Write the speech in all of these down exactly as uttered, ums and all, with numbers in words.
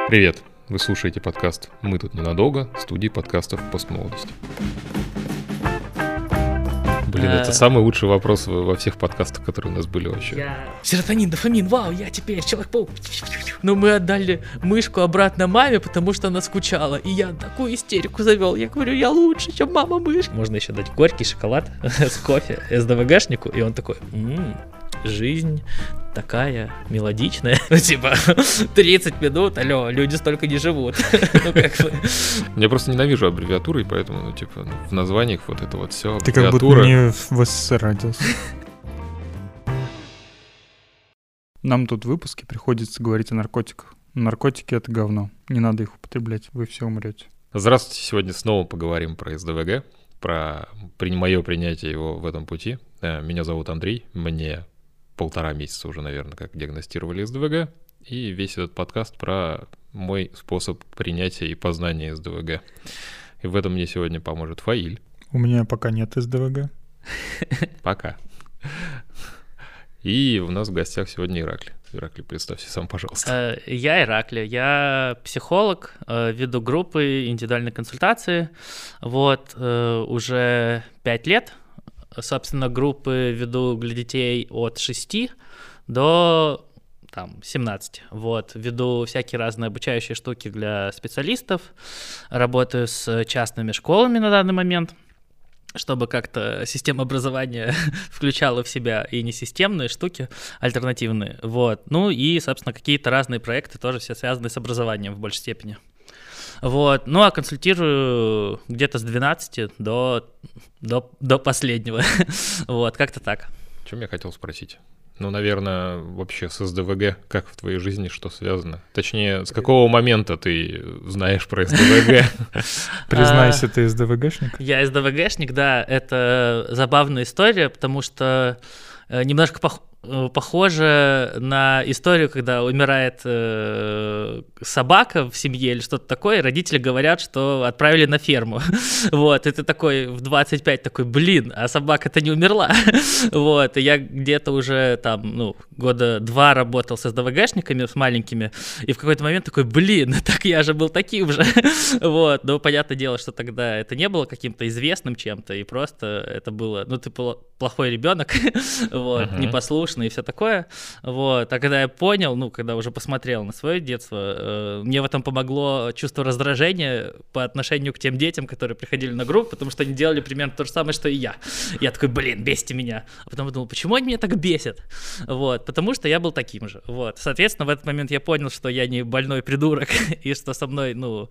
Привет! Вы слушаете подкаст «Мы тут ненадолго» студии подкастов «Постмолодость». Блин, это самый лучший вопрос во всех подкастах, которые у нас были вообще. Я... Серотонин, дофамин, вау, я теперь Человек-паук. Но мы отдали мышку обратно маме, потому что она скучала. И я такую истерику завел. Я говорю, я лучше, чем мама-мышь. Можно еще дать горький шоколад с кофе СДВГшнику, и он такой, м-м, жизнь такая мелодичная. Ну, типа, тридцать минут, алло, люди столько не живут. Ну, как бы. Я просто ненавижу аббревиатуры, и поэтому, ну, типа, в названиях вот это вот все Ты как будто не в СССР родился. Нам тут в выпуске приходится говорить о наркотиках. Наркотики — это говно. Не надо их употреблять, вы все умрете. Здравствуйте, сегодня снова поговорим про СДВГ, про мое принятие его в этом пути. Меня зовут Андрей, мне полтора месяца уже, наверное, как диагностировали СДВГ, и весь этот подкаст про мой способ принятия и познания СДВГ. И в этом мне сегодня поможет Фаиль. У меня пока нет СДВГ. Пока. И у нас в гостях сегодня Ираклий. Ираклий, представься сам, пожалуйста. Я Ираклий, я психолог, веду группы индивидуальной консультации. Вот, уже пять лет. Собственно, группы веду для детей от шести до там, семнадцати. Вот. Веду всякие разные обучающие штуки для специалистов. Работаю с частными школами на данный момент, чтобы как-то система образования включала в себя и несистемные штуки, альтернативные. Вот. Ну и, собственно, какие-то разные проекты тоже все связаны с образованием в большей степени. Вот. Ну, а консультирую где-то с двенадцати до, до, до последнего. Вот, как-то так. О чем я хотел спросить? Ну, наверное, вообще с СДВГ, как в твоей жизни, что связано? Точнее, с какого момента ты знаешь про СДВГ? Признайся, ты СДВГшник? Я СДВГшник, да. Это забавная история, потому что немножко пох... похоже на историю, когда умирает э, собака в семье или что-то такое, и родители говорят, что отправили на ферму. Вот, и ты такой в двадцать пять такой, блин, а собака-то не умерла. Вот, и я где-то уже там, ну, года два работал с СДВГшниками, с маленькими, и в какой-то момент такой, блин, так я же был таким же. Вот, но понятное дело, что тогда это не было каким-то известным чем-то, и просто это было, ну, ты плохой ребенок, вот, uh-huh. непослушный и все такое, вот, а когда я понял, ну, когда уже посмотрел на свое детство, э, мне в этом помогло чувство раздражения по отношению к тем детям, которые приходили на группу, потому что они делали примерно то же самое, что и я. Я такой, блин, бесите меня. А потом подумал, почему они меня так бесят? Вот, потому что я был таким же, вот. Соответственно, в этот момент я понял, что я не больной придурок, и что со мной, ну,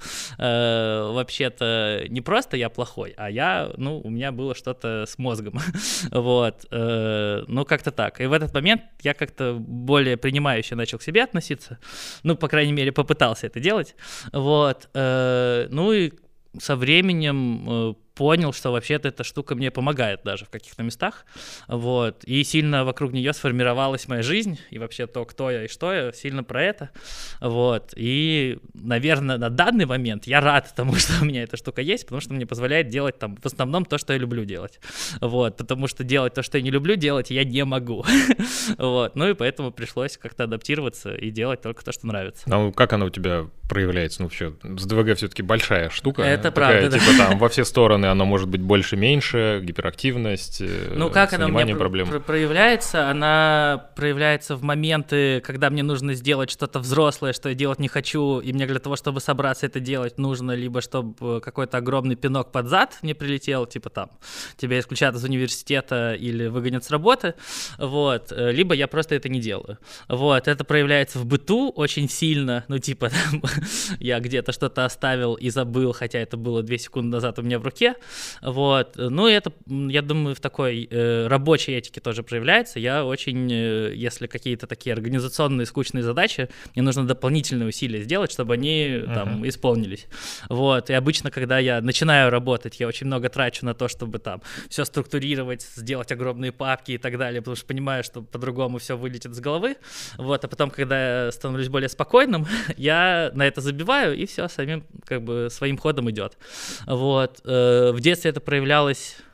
э, вообще-то не просто я плохой, а я, ну, у меня было что-то с мозгом. Вот, э, ну как-то так. И в этот момент я как-то более принимающе начал к себе относиться, ну, по крайней мере, попытался это делать, вот, э, ну и со временем э, понял, что вообще-то эта штука мне помогает даже в каких-то местах, вот, и сильно вокруг нее сформировалась моя жизнь, и вообще то, кто я и что я, сильно про это, вот, и, наверное, на данный момент я рад тому, что у меня эта штука есть, потому что мне позволяет делать там в основном то, что я люблю делать, вот, потому что делать то, что я не люблю делать, я не могу, вот, ну и поэтому пришлось как-то адаптироваться и делать только то, что нравится. Ну, как оно у тебя проявляется? Ну, вообще, СДВГ все-таки большая штука. Это такая, правда, типа, да. Там во все стороны оно может быть больше-меньше, гиперактивность, ну, как с она у меня проблем. Про- проявляется? Она проявляется в моменты, когда мне нужно сделать что-то взрослое, что я делать не хочу, и мне для того, чтобы собраться это делать, нужно либо чтобы какой-то огромный пинок под зад мне прилетел, типа там, тебя исключат из университета или выгонят с работы, вот, либо я просто это не делаю. Вот, это проявляется в быту очень сильно, ну, типа, там, я где-то что-то оставил и забыл, хотя это было две секунды назад у меня в руке, вот, ну, и это, я думаю, в такой э, рабочей этике тоже проявляется. Я очень, э, если какие-то такие организационные скучные задачи, мне нужно дополнительные усилия сделать, чтобы они uh-huh. там исполнились, вот, и обычно, когда я начинаю работать, я очень много трачу на то, чтобы там все структурировать, сделать огромные папки и так далее, потому что понимаю, что по-другому все вылетит с головы, вот, а потом, когда я становлюсь более спокойным, я на это забиваю, и все самим, как бы, своим ходом идет, вот, э, в детстве это проявлялось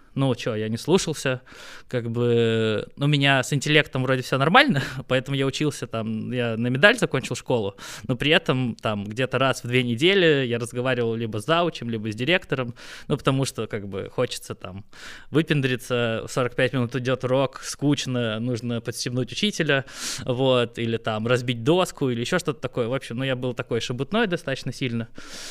Ну, что, я не слушался, как бы, у меня с интеллектом вроде все нормально, поэтому я учился там, я на медаль закончил школу, но при этом там где-то раз в две недели я разговаривал либо с заучем, либо с директором, ну, потому что, как бы, хочется там выпендриться, сорок пять минут идет урок, скучно, нужно подстегнуть учителя, вот, или там разбить доску, или еще что-то такое, в общем, ну, я был такой шебутной достаточно сильно,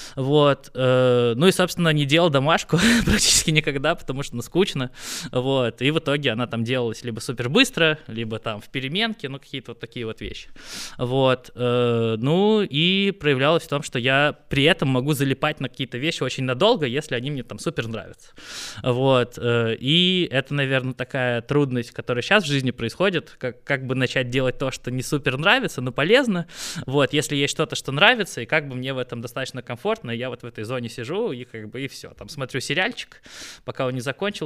вот, э, ну, и, собственно, не делал домашку практически никогда, потому что, ну, скучно, вот, и в итоге она там делалась либо супер быстро, либо там в переменке, ну, какие-то вот такие вот вещи, вот, э, ну, и проявлялось в том, что я при этом могу залипать на какие-то вещи очень надолго, если они мне там супер нравятся, вот, э, и это, наверное, такая трудность, которая сейчас в жизни происходит, как, как бы начать делать то, что не супер нравится, но полезно, вот, если есть что-то, что нравится, и как бы мне в этом достаточно комфортно, я вот в этой зоне сижу, и как бы, и все, там, смотрю сериальчик, пока он не закончился,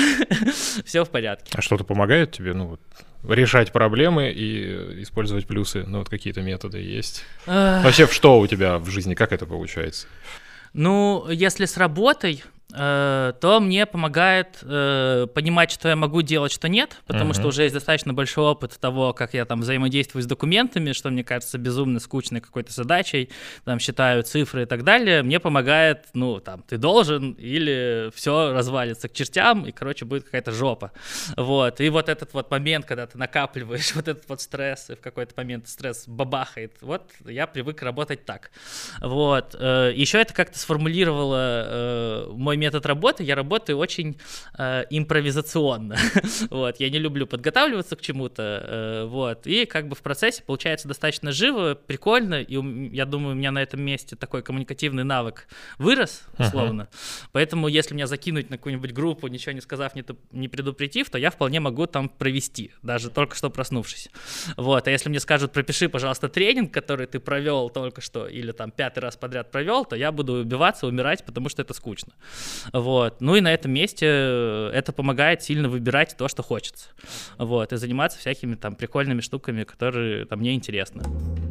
все в порядке. А что-то помогает тебе, ну, вот, решать проблемы и использовать плюсы? Ну, вот какие-то методы есть? Вообще, что у тебя в жизни, как это получается? Ну, если с работой, э, то мне помогает э, понимать, что я могу делать, что нет, потому uh-huh. что уже есть достаточно большой опыт того, как я там взаимодействую с документами, что мне кажется безумно скучной какой-то задачей, там считаю цифры и так далее. Мне помогает, ну, там, ты должен, или все развалится к чертям, и, короче, будет какая-то жопа. Вот, и вот этот вот момент, когда ты накапливаешь вот этот вот стресс, и в какой-то момент стресс бабахает, вот я привык работать так. Вот, еще это как-то сформулировало э, мой метод работы. Я работаю очень э, импровизационно. Вот, я не люблю подготавливаться к чему-то, э, вот, и как бы в процессе получается достаточно живо, прикольно, и у, я думаю, у меня на этом месте такой коммуникативный навык вырос, условно. Uh-huh. Поэтому если меня закинуть на какую-нибудь группу, ничего не сказав, не, не предупредив, то я вполне могу там провести, даже только что проснувшись. Вот, а если мне скажут, пропиши, пожалуйста, тренинг, который ты провел только что, или там пятый раз подряд провел, то я буду убиваться, умирать, потому что это скучно. Вот. Ну и на этом месте это помогает сильно выбирать то, что хочется. Вот. И заниматься всякими там прикольными штуками, которые там мне интересны.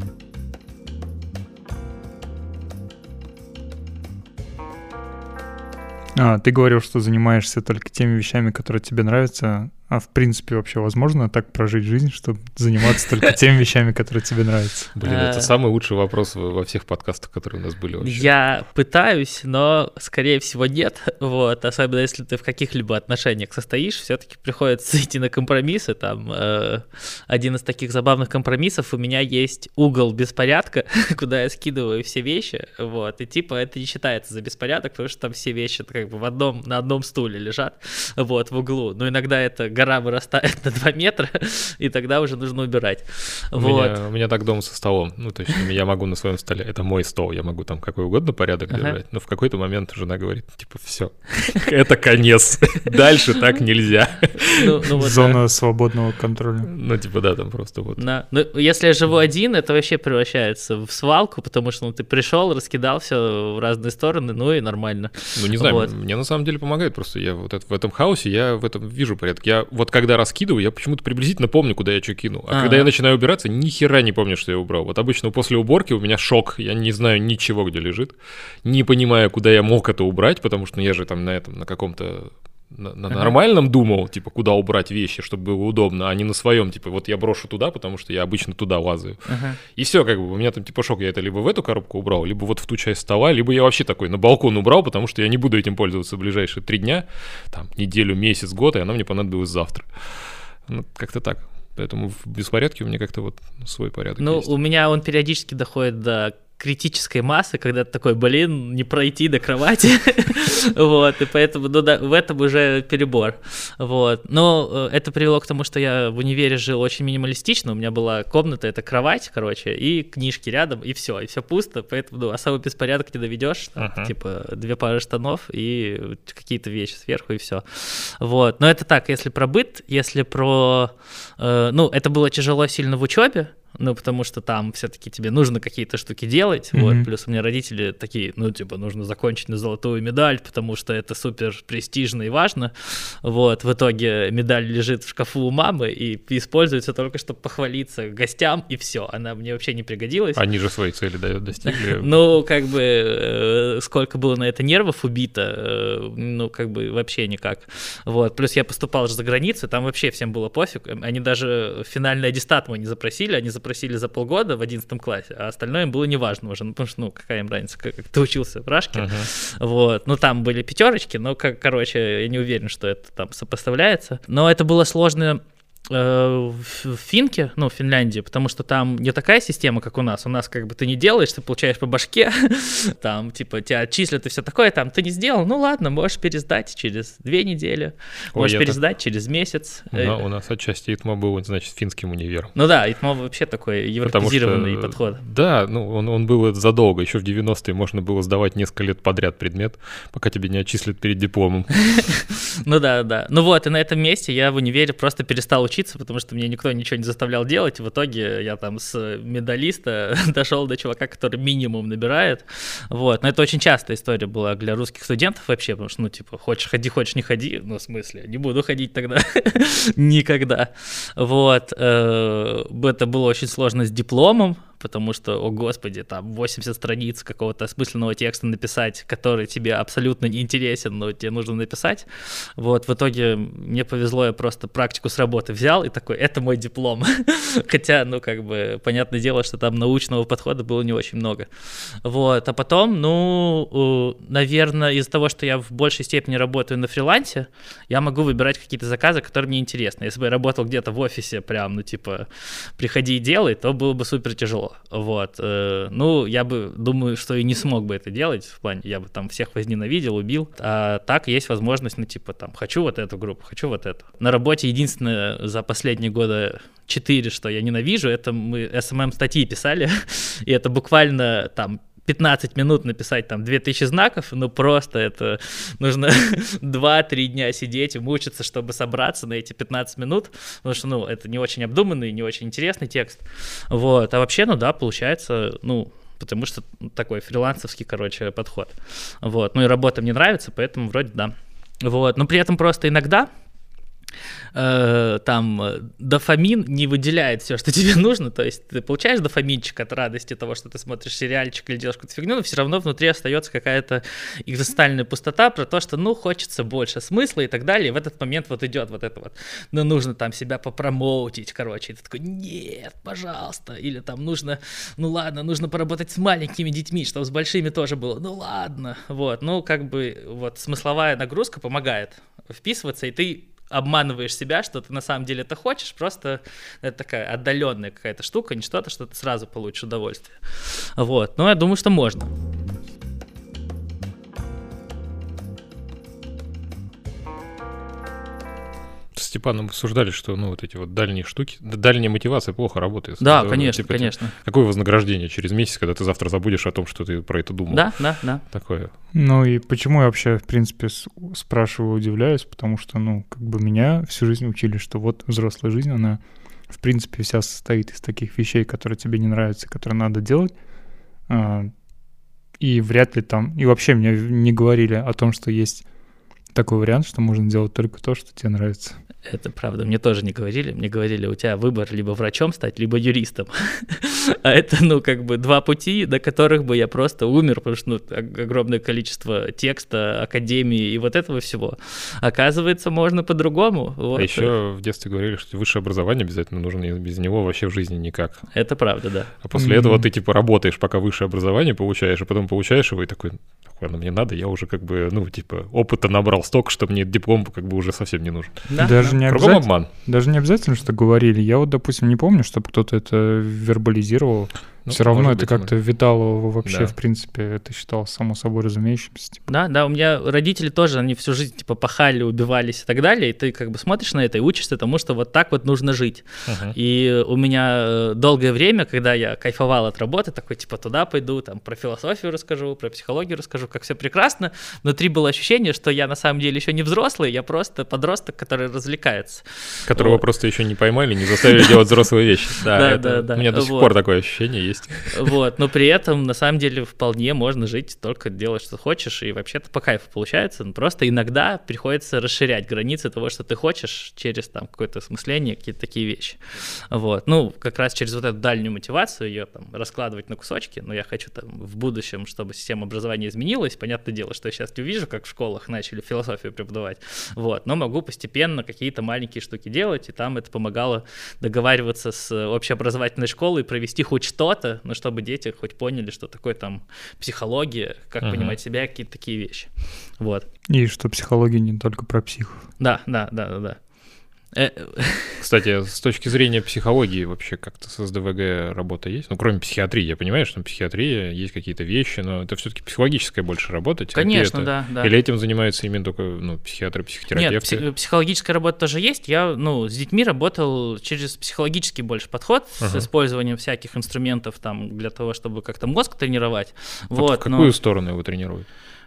А, ты говорил, что занимаешься только теми вещами, которые тебе нравятся. А в принципе вообще возможно так прожить жизнь, чтобы заниматься только теми вещами, которые тебе нравятся? Блин, это самый лучший вопрос во всех подкастах, которые у нас были вообще. Я пытаюсь, но, скорее всего, нет. Вот. Особенно если ты в каких-либо отношениях состоишь, все-таки приходится идти на компромиссы. Там э, один из таких забавных компромиссов: у меня есть угол беспорядка, куда я скидываю все вещи. Вот. И типа это не считается за беспорядок, потому что там все вещи как бы в одном, на одном стуле лежат, вот, в углу. Но иногда это гора вырастает на два метра, и тогда уже нужно убирать. У, вот. меня, у меня так дома со столом. Ну, то есть я могу на своем столе, это мой стол, я могу там какой угодно порядок ага. держать, но в какой-то момент жена говорит, типа, все, это конец, дальше так нельзя. Зона свободного контроля. Ну, типа, да, там просто вот. Ну, если я живу один, это вообще превращается в свалку, потому что ты пришел, раскидал все в разные стороны, ну и нормально. Ну, не знаю, мне на самом деле помогает просто. Я вот в этом хаосе, я в этом вижу порядок. Я вот когда раскидываю, я почему-то приблизительно помню, куда я что кинул. А А-а-а. когда я начинаю убираться, ни хера не помню, что я убрал. Вот обычно после уборки у меня шок. Я не знаю ничего, где лежит. Не понимаю, куда я мог это убрать, потому что ну, я же там на этом, на каком-то... На, на нормальном думал, типа, куда убрать вещи, чтобы было удобно, а не на своем, типа, вот я брошу туда, потому что я обычно туда лазаю. Uh-huh. И все, как бы, у меня там, типа, шок, я это либо в эту коробку убрал, либо вот в ту часть стола, либо я вообще такой на балкон убрал, потому что я не буду этим пользоваться в ближайшие три дня, там, неделю, месяц, год, и она мне понадобилась завтра. Ну, как-то так. Поэтому в беспорядке у меня как-то вот свой порядок ну, есть. У меня он периодически доходит до критической массы, когда ты такой, блин, не пройти до кровати, вот, и поэтому ну, да, в этом уже перебор, вот, но это привело к тому, что я в универе жил очень минималистично, у меня была комната, это кровать, короче, и книжки рядом, и все, и все пусто, поэтому ну, особо беспорядок не доведешь, там, uh-huh. типа две пары штанов и какие-то вещи сверху, и все, вот, но это так, если про быт, если про, э, ну, это было тяжело сильно в учебе, ну, потому что там все-таки тебе нужно какие-то штуки делать, mm-hmm. вот, плюс у меня родители такие, ну, типа, нужно закончить на золотую медаль, потому что это супер престижно и важно, вот, в итоге медаль лежит в шкафу у мамы и используется только, чтобы похвалиться гостям, и все, она мне вообще не пригодилась. Они же свои цели достигли. Ну, как бы, сколько было на это нервов убито, ну, как бы, вообще никак, вот, плюс я поступал же за границу, там вообще всем было пофиг, они даже финальный аттестат мой не запросили, они запросили за полгода в одиннадцатом классе, а остальное им было неважно уже, ну, потому что, ну, какая им разница, как, как ты учился в Рашке, uh-huh. вот, ну, там были пятерочки, но, как, короче, я не уверен, что это там сопоставляется, но это было сложно в Финке, ну, в Финляндии, потому что там не такая система, как у нас. У нас как бы ты не делаешь, ты получаешь по башке, там, типа, тебя отчислят и все такое, там, ты не сделал, ну, ладно, можешь пересдать через две недели, Ой, можешь пересдать так... через месяц. Но у нас отчасти ИТМО был, значит, финским универом. Ну да, ИТМО вообще такой европеизированный что, подход. Да, ну, он, он был задолго, еще в девяностые можно было сдавать несколько лет подряд предмет, пока тебя не отчислят перед дипломом. Ну да, да. Ну вот, и на этом месте я в универе просто перестал учиться, потому что мне никто ничего не заставлял делать. В итоге я там с медалиста дошел до чувака, который минимум набирает. Вот. Но это очень частая история была для русских студентов вообще, потому что, ну, типа, хочешь ходи, хочешь не ходи. Ну, в смысле, не буду ходить тогда. Никогда. Вот. Это было очень сложно с дипломом, потому что, о господи, там восемьдесят страниц какого-то осмысленного текста написать, который тебе абсолютно не интересен, но тебе нужно написать. Вот, в итоге мне повезло, я просто практику с работы взял и такой, это мой диплом. Хотя, ну, как бы, понятное дело, что там научного подхода было не очень много. Вот, а потом, ну, наверное, из-за того, что я в большей степени работаю на фрилансе, я могу выбирать какие-то заказы, которые мне интересны. Если бы я работал где-то в офисе, прям, ну, типа, приходи и делай, то было бы супер тяжело. Вот, ну, я бы, думаю, что и не смог бы это делать, в плане, я бы там всех возненавидел, убил, а так есть возможность, ну, типа, там, хочу вот эту группу, хочу вот эту. На работе единственное за последние года четыре, что я ненавижу, это мы эс эм эм-статьи писали, и это буквально, там, пятнадцать минут написать там две тысячи знаков, ну просто это нужно два-три дня сидеть и мучиться, чтобы собраться на эти пятнадцать минут, потому что, ну, это не очень обдуманный, не очень интересный текст, вот, а вообще, ну да, получается, ну, потому что такой фрилансовский, короче, подход, вот, ну и работа мне нравится, поэтому вроде да, вот, но при этом просто иногда Uh, там дофамин не выделяет все, что тебе нужно, то есть ты получаешь дофаминчик от радости того, что ты смотришь сериальчик или делаешь какую-то фигню, но все равно внутри остается какая-то экзистенциальная пустота про то, что, ну, хочется больше смысла и так далее, и в этот момент вот идет вот это вот, ну, нужно там себя попромоутить, короче, и ты такой, нет, пожалуйста, или там нужно, ну, ладно, нужно поработать с маленькими детьми, чтобы с большими тоже было, ну, ладно, вот, ну, как бы, вот, смысловая нагрузка помогает вписываться, и ты обманываешь себя, что ты на самом деле это хочешь, просто это такая отдаленная какая-то штука, не что-то, что ты сразу получишь удовольствие. Вот, но я думаю, что можно. С Степаном обсуждали, что, ну, вот эти вот дальние штуки, дальняя мотивация плохо работает. Да, это, конечно, типа, конечно. Какое вознаграждение через месяц, когда ты завтра забудешь о том, что ты про это думал? Да, да, да. Такое. Ну и почему я вообще, в принципе, спрашиваю, удивляюсь, потому что, ну, как бы меня всю жизнь учили, что вот взрослая жизнь, она, в принципе, вся состоит из таких вещей, которые тебе не нравятся, которые надо делать, и вряд ли там... И вообще мне не говорили о том, что есть такой вариант, что можно делать только то, что тебе нравится. Это правда, мне тоже не говорили. Мне говорили, у тебя выбор либо врачом стать, либо юристом. А это, ну, как бы два пути, до которых бы я просто умер, потому что, ну, огромное количество текста, академии и вот этого всего. Оказывается, можно по-другому. Вот. А еще в детстве говорили, что высшее образование обязательно нужно, и без него вообще в жизни никак. Это правда, да. А после mm-hmm. этого ты, типа, работаешь, пока высшее образование получаешь, а потом получаешь его и такой, ладно, мне надо, я уже как бы, ну, типа, опыта набрал столько, что мне диплом как бы уже совсем не нужен. Да, даже, да. Не Кругом обман. Даже не обязательно, что говорили. Я вот, допустим, не помню, чтобы кто-то это вербализировал. Ну, Все равно может это быть, как-то может. витало вообще, Да. в принципе, это считалось само собой разумеющимся. Типа. Да, да, у меня родители тоже, они всю жизнь типа пахали, убивались и так далее, и ты как бы смотришь на это и учишься тому, что вот так вот нужно жить. Ага. И у меня долгое время, когда я кайфовал от работы, такой типа туда пойду, там про философию расскажу, про психологию расскажу, как все прекрасно, внутри было ощущение, что я на самом деле еще не взрослый, я просто подросток, который развлекается. Которого Вот. просто еще не поймали, не заставили делать взрослые вещи. Да, Да, это- да, да. у меня до сих Вот. пор такое ощущение есть. Вот, но при этом, на самом деле, вполне можно жить, только делать, что хочешь, и вообще-то по кайфу получается. Но просто иногда приходится расширять границы того, что ты хочешь, через там какое-то осмысление, какие-то такие вещи. Вот, ну, как раз через вот эту дальнюю мотивацию, ее там раскладывать на кусочки, но я хочу там в будущем, чтобы система образования изменилась. Понятное дело, что я сейчас не вижу, как в школах начали философию преподавать, вот, но могу постепенно какие-то маленькие штуки делать, и там это помогало договариваться с общеобразовательной школой, провести хоть что-то, ну, чтобы дети хоть поняли, что такое там психология, как Ага. понимать себя, какие-то такие вещи. Вот. И что психология не только про психов. Да, да, да, да, да. Э, Кстати, с точки зрения психологии вообще как-то с СДВГ работа есть? Ну, кроме психиатрии, я понимаю, что психиатрия, есть какие-то вещи, но это все-таки психологическая больше работа. терапия Конечно, это- да, да. Или этим занимаются именно только ну, психиатры, Нет, психотерапевты? пси- психологическая работа тоже есть. Я, ну, с детьми работал через психологический больше подход, с Ага. использованием всяких инструментов там для того, чтобы как-то мозг тренировать. Вот Вот, в какую но, сторону его тренируют?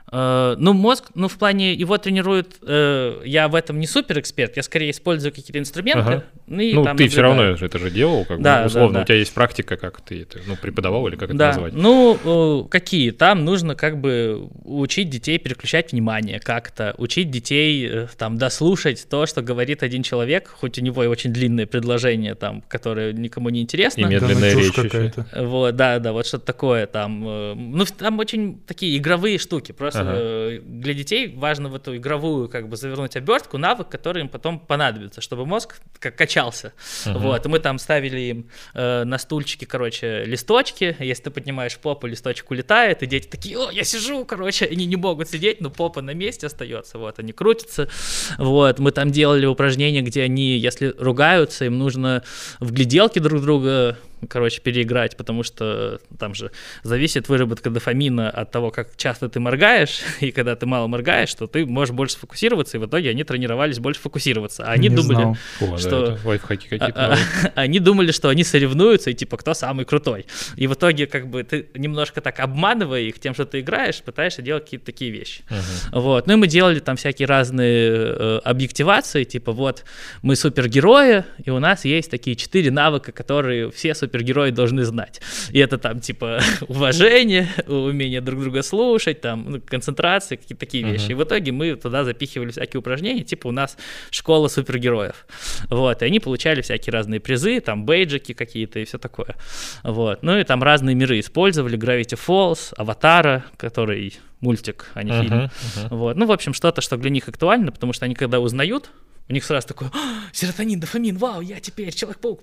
э, ну, мозг, ну, в плане его тренирует, э, я в этом не супер эксперт, я скорее использую какие-то инструменты. Ага. Ну, и Ну, там ты все наблюдаю. равно же это же делал, как Да, бы, да, условно, да. у тебя есть практика, как ты это, ну, преподавал или как это Да, назвать? ну, э, какие? Там нужно как бы учить детей переключать внимание как-то, учить детей э, там дослушать то, что говорит один человек, хоть у него и очень длинное предложение там, которое никому не интересно. И медленная Да, ну, чушь речь еще. какая-то. Вот, да, да, вот что-то такое там. э, Ну, в- там очень такие игровые штуки. Просто Ага. э, для детей важно в эту игровую как бы завернуть обертку, навык, который им потом понадобится, чтобы мозг как качался. Ага. Вот, и мы там ставили им э, на стульчики, короче, листочки. Если ты поднимаешь попу, листочек улетает, и дети такие: о, я сижу, короче, они не могут сидеть, но попа на месте остается. Вот, они крутятся. Вот, мы там делали упражнения, где они, если ругаются, им нужно в гляделки друг друга, короче, переиграть, потому что там же зависит выработка дофамина от того, как часто ты моргаешь, и когда ты мало моргаешь, то ты можешь больше сфокусироваться, и в итоге они тренировались больше фокусироваться. А они Не думали, знал. О, да, что- это лайфхаки а- какие-то. а- новые. они думали, что они соревнуются, и типа, кто самый крутой. И в итоге, как бы, ты немножко так обманывая их тем, что ты играешь, пытаешься делать какие-то такие вещи. Ага. Вот. Ну и мы делали там всякие разные э, объективации, типа вот мы супергерои, и у нас есть такие четыре навыка, которые все супергерои должны знать. И это там типа уважение, умение друг друга слушать, там ну, концентрация, какие-то такие Мгм. вещи. И в итоге мы туда запихивали всякие упражнения, типа у нас школа супергероев. Вот. И они получали всякие разные призы, там бейджики какие-то и все такое. Вот. Ну и там разные миры использовали, Gravity Falls, Аватара, который мультик, а не фильм. Ага, ага. Вот. Ну, в общем, что-то, что для них актуально, потому что они когда узнают, у них сразу такой: «А, серотонин, дофамин, вау, я теперь Человек-паук».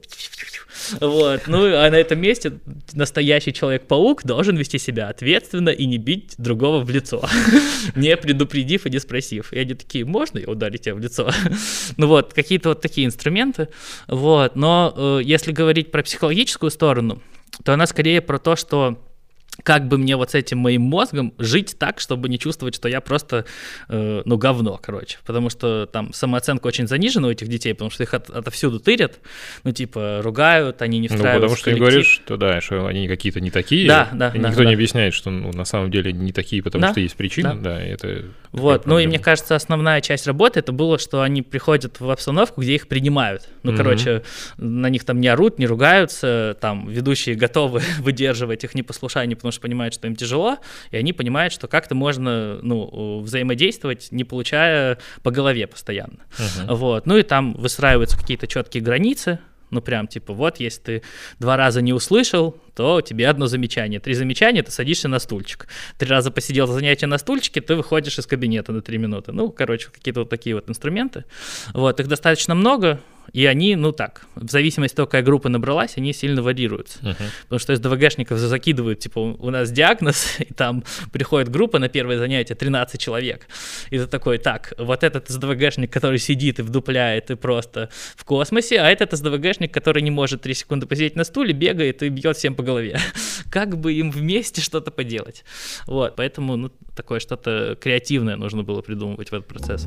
Вот. Ну, а на этом месте настоящий Человек-паук должен вести себя ответственно и не бить другого в лицо, не предупредив и не спросив. И они такие: можно я ударю тебя в лицо? Ну вот, какие-то вот такие инструменты. Вот. Но э, если говорить про психологическую сторону, то она скорее про то, что как бы мне вот с этим моим мозгом жить так, чтобы не чувствовать, что я просто, э, ну, говно, короче. Потому что там самооценка очень занижена у этих детей, потому что их от, отовсюду тырят, ну, типа, ругают, они не Ну, встраиваются потому в что им коллектив. говоришь, что да, что они какие-то не такие. Да, да, и да, никто да. не объясняет, что ну, на самом деле не такие, потому Да, что есть причина. да. Да, и это Вот, такая ну и проблема. мне кажется, основная часть работы это было, что они приходят в обстановку, где их принимают. Ну, Мгм. короче, на них там не орут, не ругаются, там ведущие готовы выдерживать их непослушание, потому что понимают, что им тяжело, и они понимают, что как-то можно, ну, взаимодействовать, не получая по голове постоянно. Мгм. Вот, ну и там выстраиваются какие-то четкие границы. Ну, прям, типа, вот, если ты два раза не услышал, то тебе одно замечание. Три замечания, ты садишься на стульчик. Три раза посидел за занятие на стульчике, ты выходишь из кабинета на три минуты. Ну, короче, какие-то вот такие вот инструменты. Вот, их достаточно много, и они, ну так, в зависимости от того, какая группа набралась, они сильно варьируются. Мгм. Потому что СДВГшников закидывают, типа, у нас диагноз, и там приходит группа на первое занятие, тринадцать человек. И ты такой: так, вот этот СДВГшник, который сидит и вдупляет, и просто в космосе, а этот СДВГшник, который не может три секунды посидеть на стуле, бегает и бьет всем по по голове. Как бы им вместе что-то поделать. Вот, поэтому ну, такое что-то креативное нужно было придумывать в этот процесс.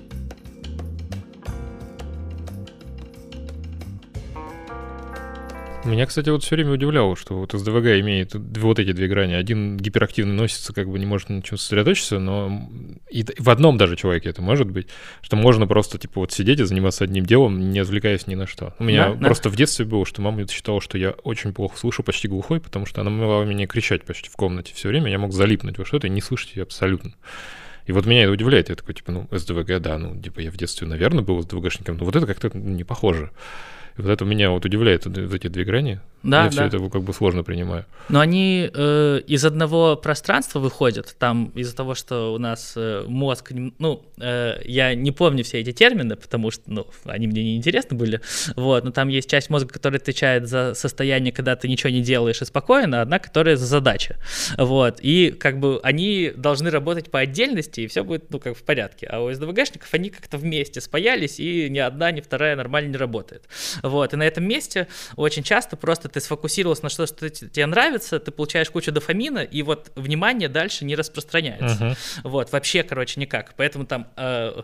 Меня, кстати, вот все время удивляло, что вот эс дэ вэ гэ имеет вот эти две грани. Один гиперактивно носится, как бы не может на чем сосредоточиться, но и в одном даже человеке это может быть, что можно просто типа вот сидеть и заниматься одним делом, не отвлекаясь ни на что. У меня да, просто да. в детстве было, что мама считала, что я очень плохо слышу, почти глухой, потому что она могла меня кричать почти в комнате все время, я мог залипнуть во что-то и не слышать ее абсолютно. И вот меня это удивляет. Я такой, типа, ну, эс дэ вэ гэ, да, ну, типа, я в детстве, наверное, был эс дэ вэ гэшником, но вот это как-то не похоже. И вот это меня вот удивляет, вот эти две грани. Да, я да. все это как бы сложно принимаю. Но они э, из одного пространства выходят, там из-за того, что у нас э, мозг, ну, э, я не помню все эти термины, потому что, ну, они мне не интересны были, вот, но там есть часть мозга, которая отвечает за состояние, когда ты ничего не делаешь и спокойно, а одна, которая за задачи, вот, и как бы они должны работать по отдельности, и все будет, ну, как в порядке, а у эс дэ вэ гэшников они как-то вместе спаялись, и ни одна, ни вторая нормально не работает, вот, и на этом месте очень часто просто ты сфокусировался на что, что тебе нравится, ты получаешь кучу дофамина, и вот внимание дальше не распространяется. Uh-huh. Вот, вообще, короче, никак. Поэтому там э,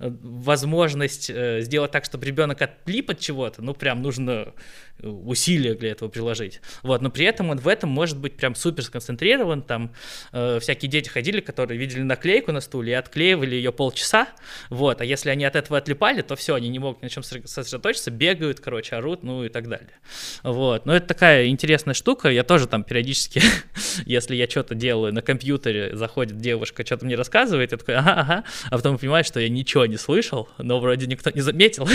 возможность э, сделать так, чтобы ребенок отлип от чего-то, ну, прям нужно усилия для этого приложить. Вот, но при этом он в этом может быть прям супер сконцентрирован. Там э, всякие дети ходили, которые видели наклейку на стуле и отклеивали ее полчаса. Вот, а если они от этого отлипали, то все, они не могут ни на чем сосредоточиться, бегают, короче, орут, ну и так далее. Вот, но это такая интересная штука. Я тоже там периодически, если я что-то делаю на компьютере, заходит девушка, что-то мне рассказывает, я такой, ага, ага, а потом понимаю, что я ничего не слышал, но вроде никто не заметил.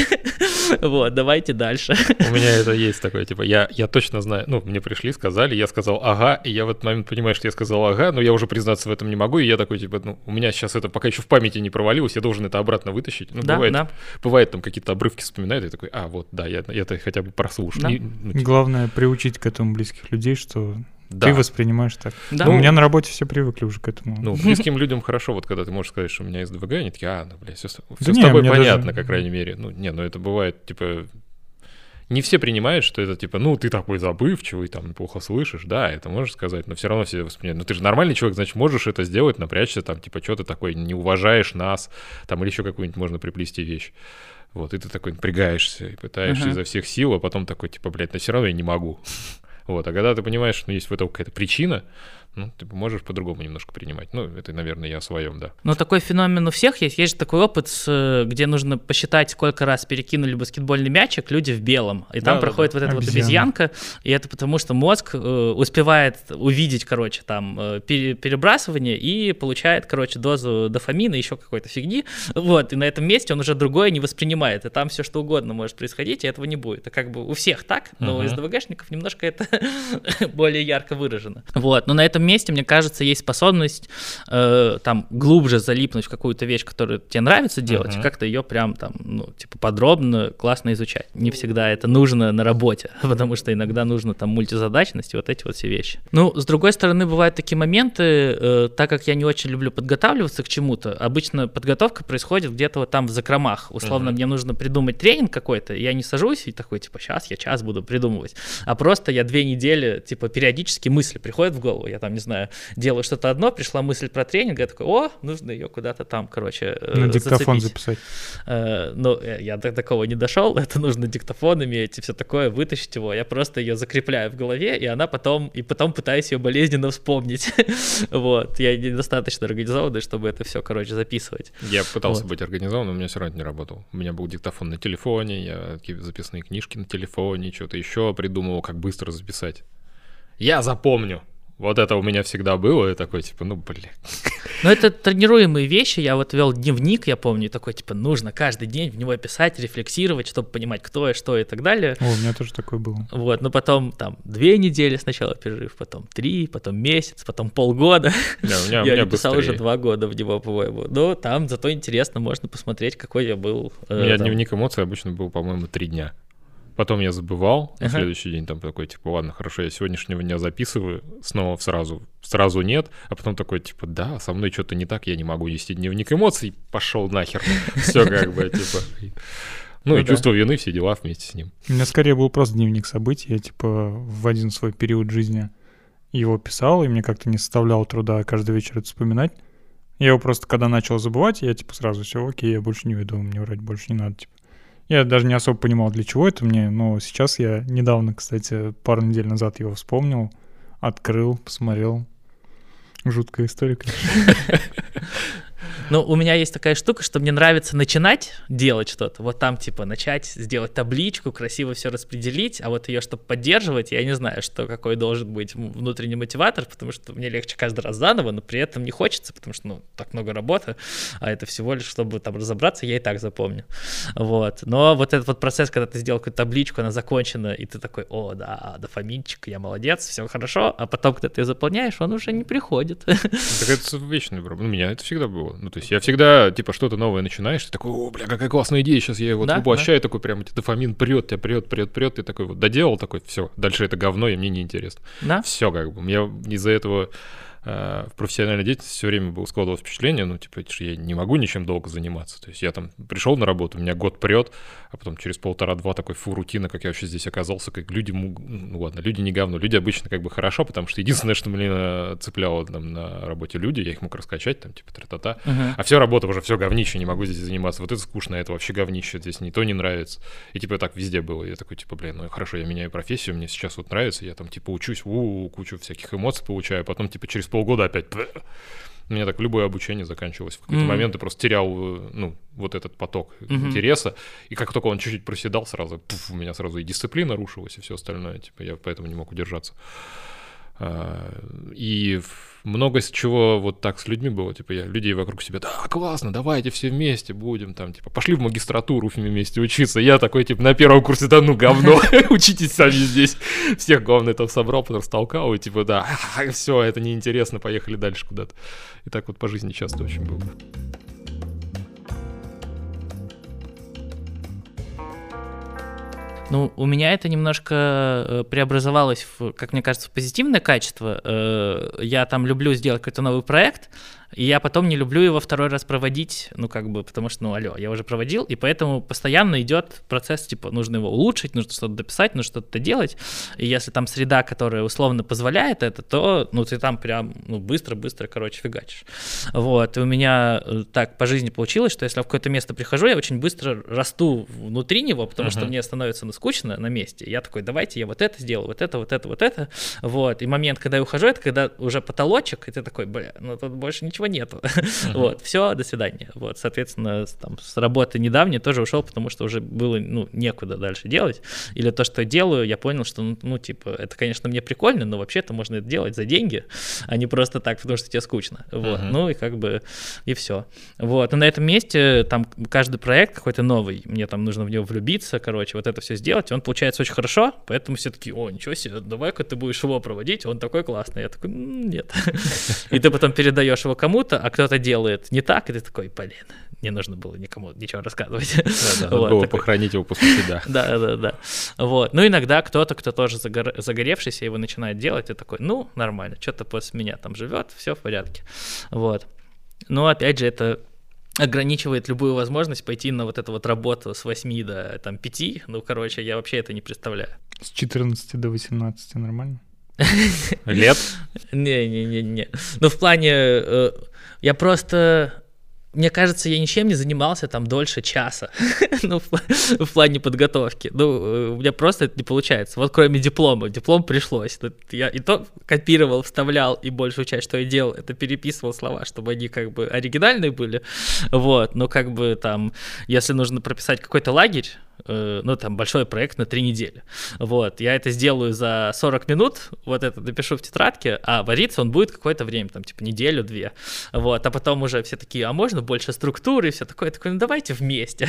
Вот, давайте дальше. У меня это есть такое, типа, я, я точно знаю, ну, мне пришли, сказали, я сказал ага, и я в этот момент понимаю, что я сказал ага, но я уже признаться в этом не могу, и я такой, типа, ну, у меня сейчас это пока еще в памяти не провалилось, я должен это обратно вытащить. Ну, да, бывает, да. бывает, там какие-то обрывки вспоминают, и такой, а, вот, да, я, я это хотя бы прослушал. Да. И, ну, типа... Главное приучить к этому близких людей, что да. ты воспринимаешь так. Да. Ну, у меня на работе все привыкли уже к этому. Ну, близким людям хорошо, вот когда ты можешь сказать, что у меня эс дэ вэ гэ, они такие, а, ну, бля, все, все да с не, тобой понятно, даже... по крайней мере. Ну, не, ну, это бывает, типа... Не все принимают, что это типа, ну, ты такой забывчивый, там, плохо слышишь, да, это можешь сказать, но все равно все воспринимают. Ну, ты же нормальный человек, значит, можешь это сделать, напрячься, там, типа, что ты такой, не уважаешь нас, там, или еще какую-нибудь можно приплести вещь. Вот, и ты такой напрягаешься и пытаешься uh-huh. изо всех сил, а потом такой, типа, блядь, но все равно я не могу. Вот, а когда ты понимаешь, что есть в этом какая-то причина, ну, ты можешь по-другому немножко принимать. Ну, это, наверное, я о своем, да. Ну, такой феномен у всех есть. Есть же такой опыт, с, где нужно посчитать, сколько раз перекинули баскетбольный мячик люди в белом. И там да, проходит да, вот эта обезьяна. вот обезьянка. И это потому, что мозг э, успевает увидеть, короче, там, э, перебрасывание и получает, короче, дозу дофамина, еще какой-то фигни. Вот, и на этом месте он уже другое не воспринимает. И там все что угодно может происходить, и этого не будет. Это как бы у всех так, но uh-huh. у эс дэ вэ гэшников немножко это более ярко выражено. Вот, но на этом месте, мне кажется, есть способность э, там глубже залипнуть в какую-то вещь, которую тебе нравится делать, uh-huh. и как-то ее прям там, ну, типа подробно, классно изучать. Не всегда это нужно на работе, потому что иногда нужно там мультизадачность и вот эти вот все вещи. Ну, с другой стороны, бывают такие моменты, э, так как я не очень люблю подготавливаться к чему-то, обычно подготовка происходит где-то вот там в закромах. Условно, uh-huh. мне нужно придумать тренинг какой-то, я не сажусь и такой, типа, сейчас я час буду придумывать, а просто я две недели, типа, периодически мысли приходят в голову, я там, не знаю, делаю что-то одно, пришла мысль про тренинг, я такой, о, нужно ее куда-то там, короче, на зацепить. диктофон записать. Э, ну, я до такого не дошел, это нужно диктофон иметь и все такое, вытащить его, я просто ее закрепляю в голове, и она потом, и потом пытаюсь ее болезненно вспомнить. Вот, я недостаточно организованный, чтобы это все, короче, записывать. Я пытался вот. быть организованным, но у меня все равно это не работало. У меня был диктофон на телефоне, я записные книжки на телефоне, что-то еще придумывал, как быстро записать. Я запомню. Вот это у меня всегда было, и такой, типа, ну, блин. Ну, это тренируемые вещи. Я вот вел дневник, я помню, такой, типа, нужно каждый день в него писать, рефлексировать, чтобы понимать, кто я, что и так далее. О, у меня тоже такое было. Вот, но потом там две недели сначала перерыв, потом три, потом месяц, потом полгода. Да, у меня, я у меня писал быстрее. Уже два года в него, по-моему. Но там зато интересно, можно посмотреть, какой я был. У меня э, дневник эмоций обычно был, по-моему, три дня. Потом я забывал, на uh-huh. следующий день там такой, типа, ладно, хорошо, я сегодняшнего дня записываю, снова сразу, сразу нет, а потом такой, типа, да, со мной что-то не так, я не могу вести дневник эмоций, пошел нахер, все как бы, типа, Ну, Ну и да. чувство вины, все дела вместе с ним. У меня скорее был просто дневник событий. Я, типа, в один свой период жизни его писал, и мне как-то не составляло труда каждый вечер это вспоминать. Я его просто, когда начал забывать, я, типа, сразу все, окей, я больше не веду, мне врать больше не надо, типа. Я даже не особо понимал, для чего это мне, но сейчас я недавно, кстати, пару недель назад его вспомнил, открыл, посмотрел. Жуткая история, конечно. Ну, у меня есть такая штука, что мне нравится начинать делать что-то. Вот там, типа, начать сделать табличку, красиво все распределить, а вот ее, чтобы поддерживать, я не знаю, что какой должен быть внутренний мотиватор, потому что мне легче каждый раз заново, но при этом не хочется, потому что, ну, так много работы, а это всего лишь, чтобы там разобраться, я и так запомню. Вот. Но вот этот вот процесс, когда ты сделал какую-то табличку, она закончена, и ты такой, о, да, дофаминчик, я молодец, все хорошо, а потом, когда ты ее заполняешь, он уже не приходит. Так это вечная проблема. У меня это всегда было. Ну, то есть я всегда, типа, что-то новое начинаешь, ты такой, о, бля, какая классная идея, сейчас я его Да, воплощаю, такой прям, дофамин прет, тебя прет, прет, прет, ты такой вот доделал, такой, все, дальше это говно, и мне неинтересно. Да? Все как бы. Я из-за этого э, в профессиональной деятельности все время было складывалось впечатление, ну, типа, что я не могу ничем долго заниматься. То есть я там пришел на работу, у меня год прет, а потом через полтора-два такой, фу, рутина, как я вообще здесь оказался, как люди, ну ладно, люди не говно, люди обычно как бы хорошо, потому что единственное, что меня цепляло там на работе люди, я их мог раскачать, там, типа, тра-та-та, Uh-huh. а все работа уже, все говнище, не могу здесь заниматься, вот это скучно, это вообще говнище, здесь не то не нравится, и типа так везде было, я такой, типа, блин, ну хорошо, я меняю профессию, мне сейчас вот нравится, я там, типа, учусь, у кучу всяких эмоций получаю, потом, типа, через полгода опять... У меня так любое обучение заканчивалось. В какой-то Mm. момент ты просто терял, ну, вот этот поток Mm-hmm. интереса, и как только он чуть-чуть проседал, сразу, пуф, у меня сразу и дисциплина рушилась, и все остальное, типа, я поэтому не мог удержаться. И много с чего вот так с людьми было, типа, я людей вокруг себя, да, классно, давайте все вместе будем, там, типа, пошли в магистратуру вместе учиться. Я такой, типа, на первом курсе, да ну, говно, учитесь сами здесь. Всех, главное, там собрал, потом растолкал, и типа, да, все, это неинтересно, поехали дальше куда-то. И так вот по жизни часто очень было. Ну, у меня это немножко э, преобразовалось, в, как мне кажется, в позитивное качество. Э, я там люблю сделать какой-то новый проект, и я потом не люблю его второй раз проводить, ну, как бы, потому что, ну, алло, я уже проводил, и поэтому постоянно идет процесс, типа, нужно его улучшить, нужно что-то дописать, нужно что-то делать, и если там среда, которая условно позволяет это, то, ну, ты там прям, ну, быстро-быстро, короче, фигачишь. Вот, и у меня так по жизни получилось, что если я в какое-то место прихожу, я очень быстро расту внутри него, потому uh-huh. что мне становится, ну, скучно на месте, я такой, давайте я вот это сделаю, вот это, вот это, вот это, вот, и момент, когда я ухожу, это когда уже потолочек, и ты такой, бля, ну, тут больше ничего нету. Uh-huh. Вот, все, до свидания. Вот, соответственно, там, с работы недавней тоже ушел, потому что уже было, ну, некуда дальше делать. Или то, что делаю, я понял, что, ну, ну типа, это, конечно, мне прикольно, но вообще-то можно это делать за деньги, а не просто так, потому что тебе скучно. Вот, uh-huh. ну, и как бы, и все. Вот, и на этом месте, там, каждый проект какой-то новый, мне там нужно в него влюбиться, короче, вот это все сделать, и он получается очень хорошо, поэтому все такие, о, ничего себе, давай-ка ты будешь его проводить, он такой классный. Я такой, нет. И ты потом передаешь его кому-то, а кто-то делает не так, и ты такой, блин, не нужно было никому ничего рассказывать. Да, да, надо вот, было такой... похоронить его после себя. Да, да, да. Вот. Ну, иногда кто-то, кто тоже загор... загоревшийся, его начинает делать, и такой, ну, нормально, что-то после меня там живет, все в порядке. Вот. Но, опять же, это ограничивает любую возможность пойти на вот эту вот работу с восьми до там, пяти. Ну, короче, я вообще это не представляю. С четырнадцати до восемнадцати нормально? Лет? Не-не-не-не. Ну, в плане, э, я просто... Мне кажется, я ничем не занимался там дольше часа, ну, в, в плане подготовки. Ну, у меня просто это не получается. Вот кроме диплома. Диплом пришлось. Я и то копировал, вставлял, и большую часть, что я делал, это переписывал слова, чтобы они как бы оригинальные были. Вот, но как бы там, если нужно прописать какой-то лагерь, э, ну, там, большой проект на три недели. Вот, я это сделаю за сорок минут, вот это напишу в тетрадке, а вариться он будет какое-то время, там, типа, неделю-две. Вот, а потом уже все такие, а можно больше структуры, и все такое, такое, ну давайте вместе,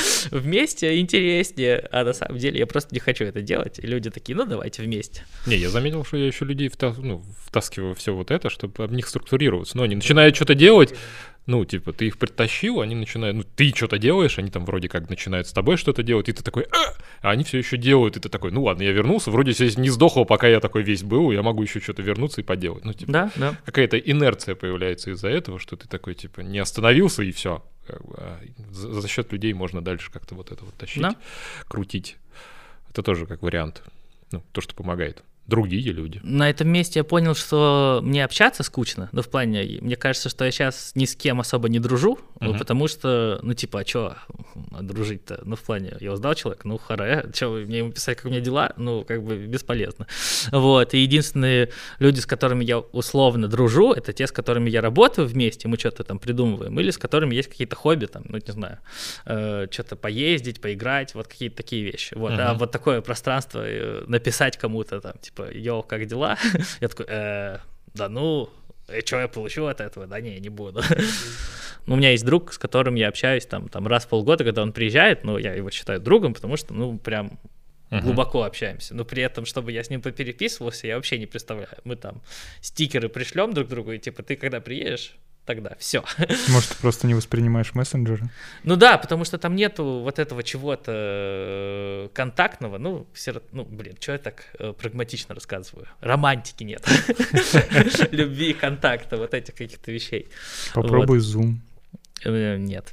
вместе интереснее, а на самом деле я просто не хочу это делать, и люди такие, ну давайте вместе. Не, я заметил, что я еще людей вта... ну, втаскиваю все вот это, чтобы об них структурироваться, но они начинают что-то делать, ну, типа, ты их притащил, они начинают, ну, ты что-то делаешь, они там вроде как начинают с тобой что-то делать, и ты такой, а, а они все еще делают, и ты такой, ну ладно, я вернулся, вроде здесь не сдохло, пока я такой весь был, я могу еще что-то вернуться и поделать. Ну, типа, да, да. Какая-то инерция появляется из-за этого, что ты такой, типа, не остановился и все. как бы, а за, за счет людей можно дальше как-то вот это вот тащить, Да. крутить. Это тоже как вариант, ну, то, что помогает. Другие люди. На этом месте я понял, что мне общаться скучно, ну, в плане, мне кажется, что я сейчас ни с кем особо не дружу, ну, Мгм. потому что, ну, типа, а чё дружить-то? Ну, в плане, я узнал человека, ну, харе, чё вы мне ему писать, как у меня дела? Ну, как бы бесполезно. Вот, и единственные люди, с которыми я условно дружу, это те, с которыми я работаю вместе, мы что-то там придумываем, или с которыми есть какие-то хобби, там, ну, не знаю, э, что-то поездить, поиграть, вот какие-то такие вещи. Вот, а Мгм. вот такое пространство, э, написать кому-то там, типа, йоу, как дела? Я такой, «Э, да ну, и что я получу от этого? Да не, не буду. Ну, у меня есть друг, с которым я общаюсь там, там раз в полгода, когда он приезжает, ну, я его считаю другом, потому что, ну, прям Мгм. глубоко общаемся. Но при этом, чтобы я с ним попереписывался, я вообще не представляю. Мы там стикеры пришлем друг другу, и типа, ты когда приедешь, тогда все. Может, ты просто не воспринимаешь мессенджеры? Ну да, потому что там нету вот этого чего-то э, контактного, ну, все, ра- ну, блин, что я так э, прагматично рассказываю? Романтики нет. Любви, контакта, вот этих каких-то вещей. Попробуй Zoom. Э, Нет.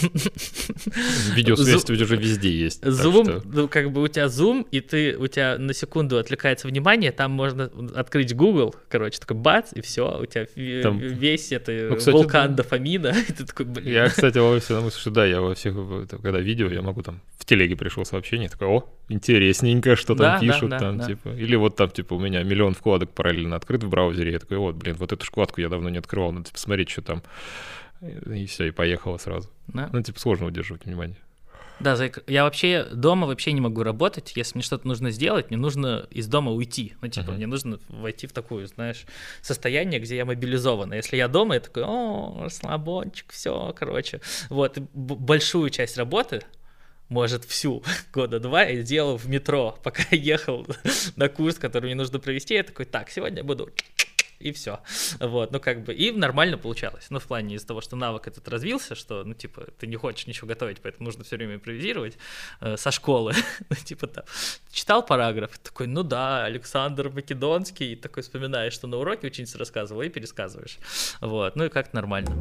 Видеосвязь Зу- ведь уже везде есть. так Зум, что- ну, как бы у тебя зум, и ты, у тебя на секунду отвлекается внимание, там можно открыть Google, короче, такой бац, и все, у тебя в- Там- весь это Ну, кстати, вулкан да. дофамина, и ты такой, блин. Я, кстати, во всем мысли, что да, я во всех, это, когда видео, я могу там в телеге пришел сообщение, такой, о, интересненько, что Да, там да, пишут, да, там, да. типа, или вот там, типа, у меня миллион вкладок параллельно открыт в браузере, я такой, вот, блин, вот эту вкладку я давно не открывал, надо посмотреть, что там, и все, и поехало сразу. Да. Ну, типа, сложно удерживать внимание. Да, зайка, я вообще дома вообще не могу работать. Если мне что-то нужно сделать, мне нужно из дома уйти. Ну, типа, Мгм. мне нужно войти в такую, знаешь, состояние, где я мобилизован. А если я дома, я такой, о, расслабончик, все, короче. Вот, и б- большую часть работы, может, всю, года два, я делал в метро, пока я ехал на курс, который мне нужно провести. Я такой, так, сегодня я буду... И все. Вот, ну как бы, и нормально получалось. Ну, в плане из-за того, что навык этот развился, что, ну, типа, ты не хочешь ничего готовить, поэтому нужно все время импровизировать э, со школы. Ну, типа, там, читал параграф, такой, ну да, Александр Македонский, и такой вспоминаешь, что на уроке ученица рассказывала, и пересказываешь. Вот, ну и как-то нормально.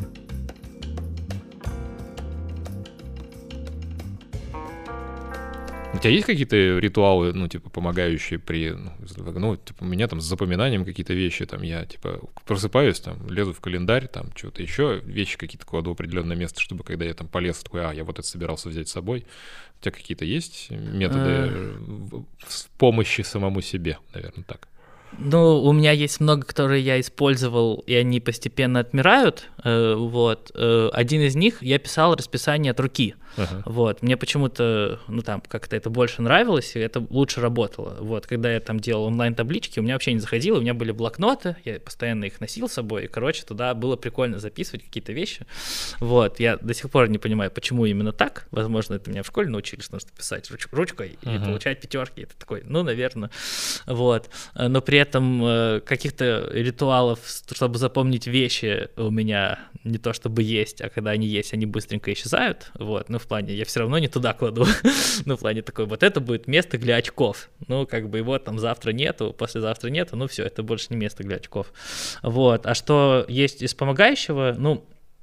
У тебя есть какие-то ритуалы, ну, типа, помогающие при, ну, ну, типа, у меня там с запоминанием какие-то вещи, там, я, типа, просыпаюсь, там, лезу в календарь, там, что-то еще, вещи какие-то кладу в определенное место, чтобы, когда я там полез, такой, а, я вот это собирался взять с собой. У тебя какие-то есть методы э, в- в помощи самому себе, наверное, так? Ну, у меня есть много, которые я использовал, и они постепенно отмирают. Э, вот. Э, один из них я писал расписание от руки. Ага. Вот. Мне почему-то, ну, там, как-то это больше нравилось, и это лучше работало. Вот. Когда я там делал онлайн-таблички, у меня вообще не заходило, у меня были блокноты, я постоянно их носил с собой, и, короче, туда было прикольно записывать какие-то вещи. Вот. Я до сих пор не понимаю, почему именно так. Возможно, это меня в школе научили, что нужно писать руч- ручкой и Ага. получать пятерки. Это такой, ну, наверное. Вот. Но при этом э, каких-то ритуалов, чтобы запомнить вещи, у меня не то чтобы есть, а когда они есть, они быстренько исчезают. Вот. Ну, в плане, я все равно не туда кладу. Ну, в плане такой, вот это будет место для очков. Ну, как бы его там завтра нету, послезавтра нету, ну, все, это больше не место для очков. Вот. А что есть из помогающего? Ну,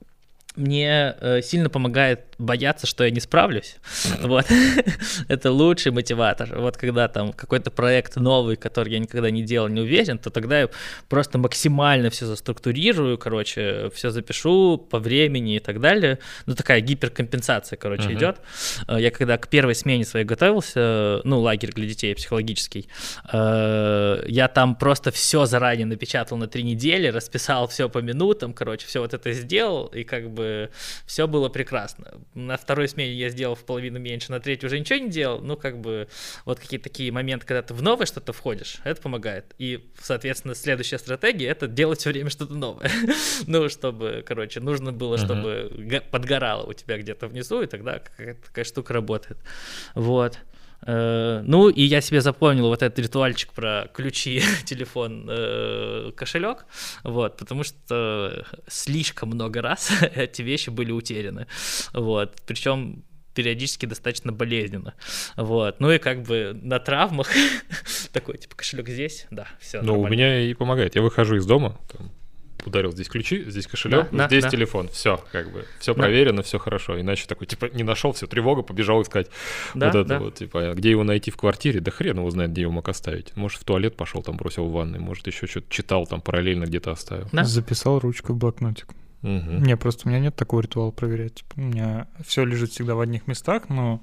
мне э, сильно помогает бояться, что я не справлюсь. Вот. Это лучший мотиватор. Вот когда там какой-то проект новый, который я никогда не делал, не уверен, то тогда я просто максимально все заструктурирую, короче, все запишу по времени и так далее. Ну, такая гиперкомпенсация, короче, Мгм. идет. Э, Я когда к первой смене своей готовился, ну, лагерь для детей психологический, э, я там просто все заранее напечатал на три недели, расписал все по минутам, короче, все вот это сделал, и как бы все было прекрасно. На второй смене я сделал в половину меньше, на третью уже ничего не делал, ну, как бы вот какие-то такие моменты, когда ты в новое что-то входишь, это помогает. И, соответственно, следующая стратегия — это делать все время что-то новое. Ну, чтобы, короче, нужно было, Мгм. чтобы га- подгорало у тебя где-то внизу, и тогда какая-то такая штука работает. Вот. Э, Ну, и я себе запомнил вот этот ритуальчик про ключи, телефон, э, кошелек, вот, потому что слишком много раз эти вещи были утеряны, вот, причем периодически достаточно болезненно, вот, ну и как бы на травмах такой, типа, кошелек здесь, да, все Ну, у меня и помогает. Я выхожу из дома, там, ударил здесь ключи, здесь кошелек, да, здесь да, телефон, все, как бы, все да. проверено, все хорошо, иначе такой, типа, не нашел, все, тревога, побежал искать да, вот это да. вот, типа, где его найти в квартире, да хрен его знает, где его мог оставить, может, в туалет пошел, там, бросил в ванной, может, еще что-то читал, там, параллельно где-то оставил. Да. Записал ручку в блокнотик. Угу. Не, просто у меня нет такого ритуала проверять. Типа, у меня все лежит всегда в одних местах, но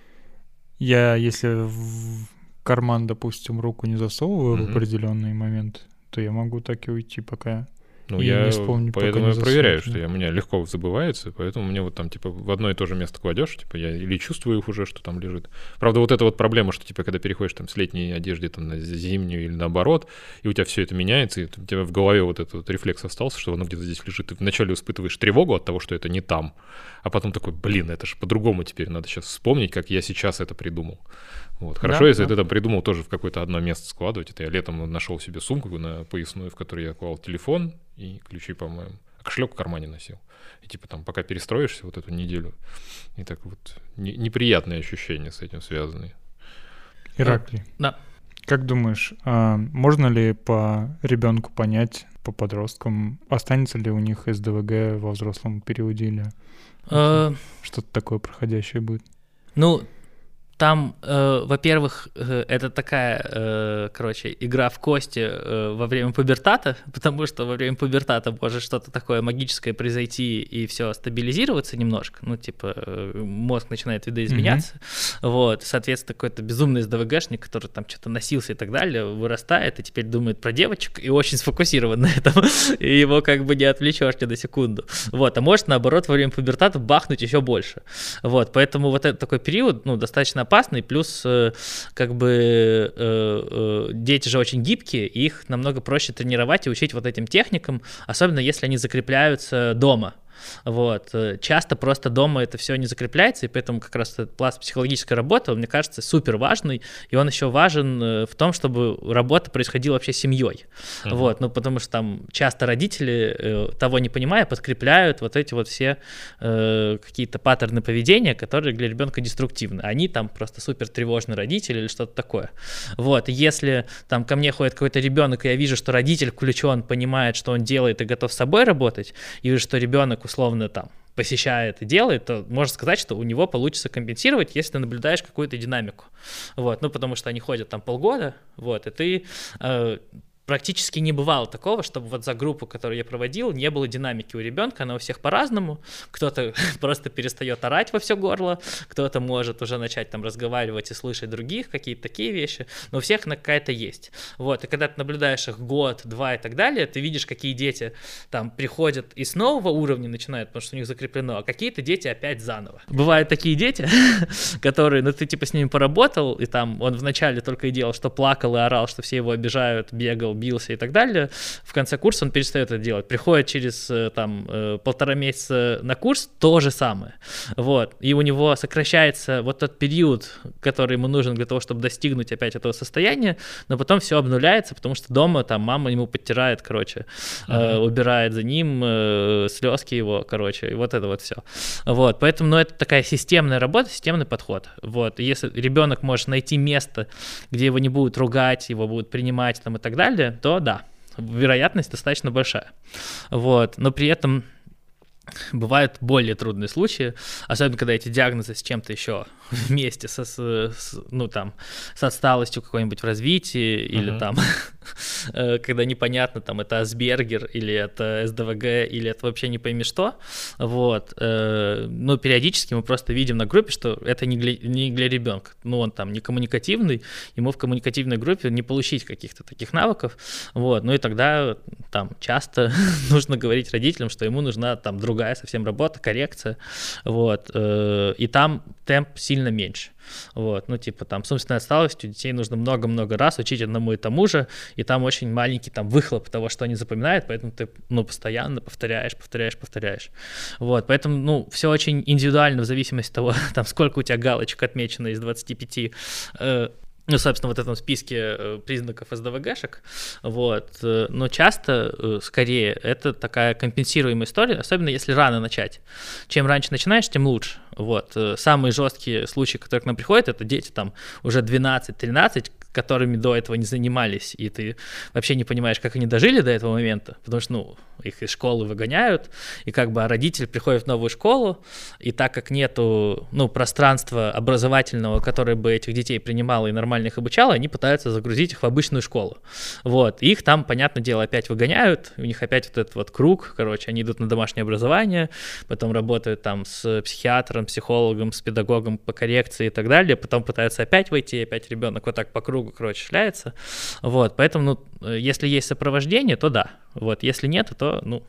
я, если в карман, допустим, руку не засовываю угу. в определенный момент, то я могу так и уйти, пока Ну, и я не вспомню, поэтому пока я не проверяю, засуну. что я, у меня легко забывается, поэтому мне вот там, типа, в одно и то же место кладешь, типа, я или чувствую их уже, что там лежит. Правда, вот эта вот проблема, что, типа, когда переходишь там с летней одежды там на зимнюю или наоборот, и у тебя все это меняется, и у тебя в голове вот этот вот рефлекс остался, что оно где-то здесь лежит, ты вначале испытываешь тревогу от того, что это не там, а потом такой, блин, это же по-другому теперь, надо сейчас вспомнить, как я сейчас это придумал. Вот. Хорошо, да, если да. ты там придумал тоже в какое-то одно место складывать. Это я летом нашел себе сумку на поясную, в которой я клал телефон и ключи, по-моему. А кошелек в кармане носил. И типа там пока перестроишься вот эту неделю. И так вот не, неприятные ощущения с этим связаны. Ираклий. Да. Как думаешь, а можно ли по ребенку понять, по подросткам, останется ли у них эс дэ вэ гэ во взрослом периоде или э... что-то такое проходящее будет? Ну, там, э, во-первых, э, это такая, э, короче, игра в кости э, во время пубертата, потому что во время пубертата может что-то такое магическое произойти и все стабилизироваться немножко, ну, типа, э, мозг начинает видоизменяться, mm-hmm. вот, соответственно, какой-то безумный эс дэ вэ гэшник, который там что-то носился и так далее, вырастает и теперь думает про девочек и очень сфокусирован на этом, и его как бы не отвлечешь ни на секунду, вот, а может, наоборот, во время пубертата бахнуть еще больше, вот, поэтому вот этот такой период, ну, достаточно опасный, плюс э, как бы э, э, дети же очень гибкие, их намного проще тренировать и учить вот этим техникам, особенно если они закрепляются дома. Вот. Часто просто дома это все не закрепляется, и поэтому как раз этот пласт психологической работы, он, мне кажется, супер важный, и он еще важен в том, чтобы работа происходила вообще семьей. Uh-huh. Вот. Ну, потому что там часто родители, того не понимая, подкрепляют вот эти вот все э, какие-то паттерны поведения, которые для ребенка деструктивны. Они там просто супер тревожный родитель или что-то такое. Вот. И если там ко мне ходит какой-то ребенок, и я вижу, что родитель включен, понимает, что он делает и готов с собой работать, и вижу, что ребенок условно там посещает и делает, то можно сказать, что у него получится компенсировать, если ты наблюдаешь какую-то динамику. Вот, ну, потому что они ходят там полгода, вот, и ты... Э, практически не бывало такого, чтобы вот за группу, которую я проводил, не было динамики у ребенка, она у всех по-разному, кто-то просто перестает орать во все горло, кто-то может уже начать там разговаривать и слышать других, какие-то такие вещи, но у всех она какая-то есть. Вот, и когда ты наблюдаешь их год, два и так далее, ты видишь, какие дети там приходят и с нового уровня начинают, потому что у них закреплено, а какие-то дети опять заново. Бывают такие дети, которые, ну ты типа с ними поработал, и там он вначале только и делал, что плакал и орал, что все его обижают, бегал, бился и так далее, в конце курса он перестает это делать. Приходит через там полтора месяца на курс, то же самое. Вот. И у него сокращается вот тот период, который ему нужен для того, чтобы достигнуть опять этого состояния, но потом все обнуляется, потому что дома там мама ему подтирает, короче, uh-huh. э, убирает за ним э, слезки его, короче, и вот это вот все. Вот. Поэтому, ну, это такая системная работа, системный подход. Вот. И если ребенок может найти место, где его не будут ругать, его будут принимать там и так далее, то да, вероятность достаточно большая. Вот. Но при этом бывают более трудные случаи, особенно когда эти диагнозы с чем-то еще вместе, со, с, с, ну, там, с отсталостью какой-нибудь в развитии, uh-huh. или там, когда непонятно, там, это Асбергер, или это эс дэ вэ гэ, или это вообще не пойми что, вот, ну, периодически мы просто видим на группе, что это не для, не для ребенка, ну, он там не коммуникативный, ему в коммуникативной группе не получить каких-то таких навыков, вот, ну, и тогда там часто нужно говорить родителям, что ему нужна там другая совсем работа, коррекция, вот, и там темп сильно меньше. Вот, ну, типа, там, с умственной отсталостью детей нужно много-много раз учить одному и тому же, и там очень маленький там выхлоп того, что они запоминают, поэтому ты, ну, постоянно повторяешь, повторяешь, повторяешь. Вот, поэтому, ну, все очень индивидуально в зависимости от того, там, сколько у тебя галочек отмечено из двадцати пяти, э, ну, собственно, вот в этом списке признаков эс дэ вэ гэшек, вот, но часто, скорее, это такая компенсируемая история, особенно если рано начать. Чем раньше начинаешь, тем лучше, вот. Самые жесткие случаи, которые к нам приходят, это дети там уже двенадцать-тринадцать, которыми до этого не занимались, и ты вообще не понимаешь, как они дожили до этого момента, потому что, ну, их из школы выгоняют, и как бы родитель приходит в новую школу, и так как нету, ну, пространства образовательного, которое бы этих детей принимало и нормально их обучало, они пытаются загрузить их в обычную школу. Вот, и их там, понятное дело, опять выгоняют, у них опять вот этот вот круг, короче, они идут на домашнее образование, потом работают там с психиатром, психологом, с педагогом по коррекции и так далее, потом пытаются опять войти, опять ребенок вот так по кругу, короче, шляется. Вот, поэтому, ну, если есть сопровождение, то да. Вот, если нет, то, ну,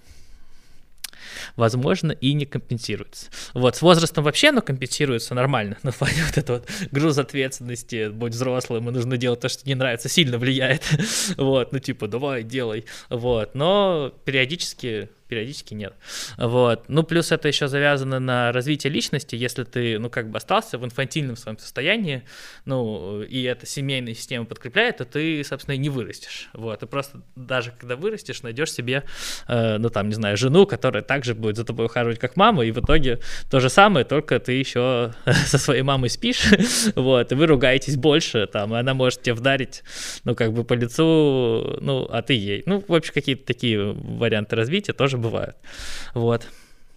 возможно, и не компенсируется. Вот, с возрастом вообще, ну, компенсируется нормально. Но вот этот вот груз ответственности, будь взрослым, и нужно делать то, что не нравится, сильно влияет. Вот, ну, типа, давай, делай. Вот, но периодически... периодически нет. Вот. Ну, плюс это еще завязано на развитие личности. Если ты, ну, как бы остался в инфантильном своем состоянии, ну, и эта семейная система подкрепляет, то ты, собственно, и не вырастешь. Вот. И просто даже когда вырастешь, найдешь себе, э, ну, там, не знаю, жену, которая также будет за тобой ухаживать, как мама, и в итоге то же самое, только ты еще со своей мамой спишь, вот, и вы ругаетесь больше, там, и она может тебе вдарить, ну, как бы по лицу, ну, а ты ей. Ну, в общем, какие-то такие варианты развития тоже бывают. Вот.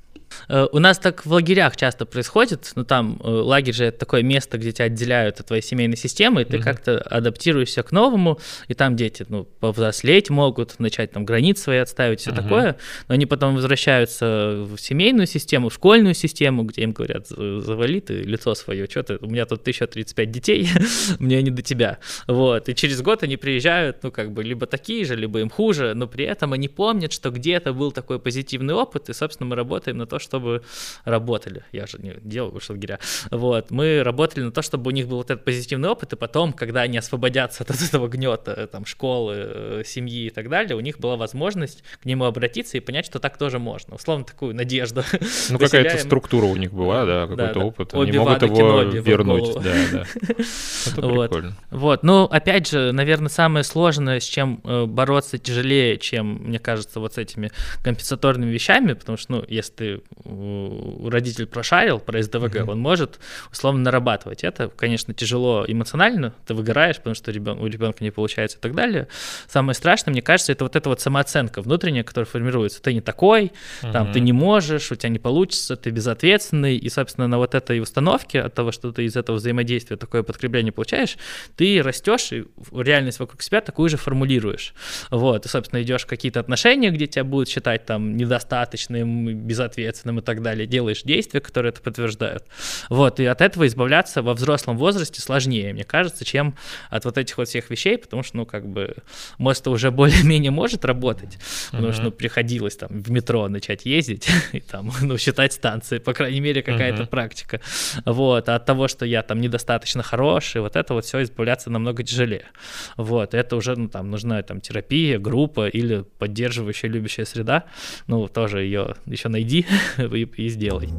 У нас так в лагерях часто происходит, ну там лагерь же это такое место, где тебя отделяют от твоей семейной системы, и ты mm-hmm. как-то адаптируешься к новому, и там дети, ну, повзрослеть могут, начать там границы свои отставить, все mm-hmm. такое, но они потом возвращаются в семейную систему, в школьную систему, где им говорят: завали ты лицо свое, что ты, у меня тут тысяча тридцать пять детей, мне не до тебя, вот, и через год они приезжают, ну, как бы, либо такие же, либо им хуже, но при этом они помнят, что где-то был такой позитивный опыт, и, собственно, мы работаем на то, чтобы работали, я же не делал уж лагеря, вот, мы работали на то, чтобы у них был вот этот позитивный опыт, и потом, когда они освободятся от этого гнета, там, школы, семьи и так далее, у них была возможность к нему обратиться и понять, что так тоже можно, условно, такую надежду. Ну, какая-то структура у них была, да, какой-то да, опыт, да. Они могут его вернуть, да, да. Это вот. Прикольно. Вот, ну, опять же, наверное, самое сложное, с чем бороться тяжелее, чем, мне кажется, вот с этими компенсаторными вещами, потому что, ну, если ты родитель прошарил про эс дэ вэ гэ, mm-hmm. он может условно нарабатывать это. Конечно, тяжело эмоционально, ты выгораешь, потому что ребен... у ребенка не получается и так далее. Самое страшное, мне кажется, это вот эта вот самооценка внутренняя, которая формируется. Ты не такой, mm-hmm. там, ты не можешь, у тебя не получится, ты безответственный, и, собственно, на вот этой установке от того, что ты из этого взаимодействия такое подкрепление получаешь, ты растешь и реальность вокруг себя такую же формулируешь. Вот, и, собственно, идешь в какие-то отношения, где тебя будут считать там недостаточным, безответственным и так далее, делаешь действия, которые это подтверждают. Вот, и от этого избавляться во взрослом возрасте сложнее, мне кажется, чем от вот этих вот всех вещей, потому что, ну, как бы, мозг-то уже более-менее может работать, потому uh-huh. что, ну, приходилось там в метро начать ездить и там, ну, считать станции, по крайней мере, какая-то uh-huh. практика. Вот, а от того, что я там недостаточно хорош, и вот это вот все избавляться намного тяжелее. Вот, это уже, ну, там, нужна там терапия, группа или поддерживающая, любящая среда, ну, тоже ее еще найди и, и сделай.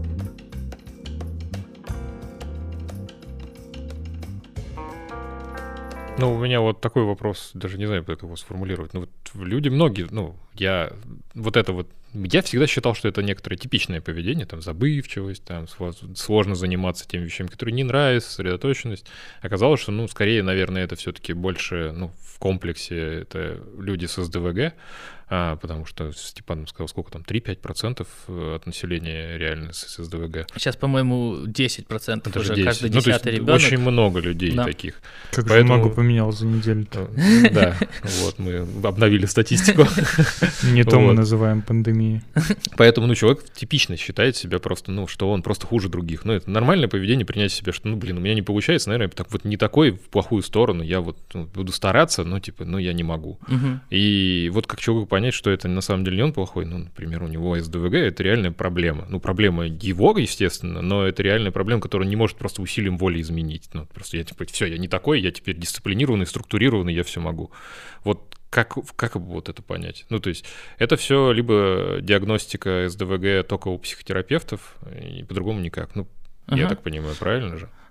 Ну, у меня вот такой вопрос, даже не знаю, как его сформулировать. Ну, вот люди многие, ну, я вот это вот, я всегда считал, что это некоторое типичное поведение, там, забывчивость, там, сложно заниматься теми вещами, которые не нравятся, сосредоточенность. Оказалось, что, ну, скорее, наверное, это все-таки больше, ну, в комплексе это люди с эс дэ вэ гэ, а, потому что Степан сказал, сколько там, три-пять процентов от населения реально с эс дэ вэ гэ. Сейчас, по-моему, десять процентов это уже десять. Каждый ну, десятый ребенок. Очень много людей да. таких. Как Поэтому... же много поменялось за неделю-то. Да, вот мы обновили статистику. Не то мы называем пандемией. Поэтому, ну, человек типично считает себя просто, ну, что он просто хуже других. Ну, это нормальное поведение принять себя, что, ну, блин, у меня не получается, наверное, так вот не такой в плохую сторону, я вот ну, буду стараться, но, типа, ну, я не могу. Угу. И вот как человеку понять, что это на самом деле не он плохой, ну, например, у него эс дэ вэ гэ, это реальная проблема. Ну, проблема его, естественно, но это реальная проблема, которую он не может просто усилием воли изменить. Ну, просто я, типа, все, я не такой, я теперь дисциплинированный, структурированный, я все могу. Вот Как, как вот это понять? Ну, то есть это все либо диагностика эс дэ вэ гэ только у психотерапевтов, и по-другому никак. Ну, ага. я так понимаю, правильно же?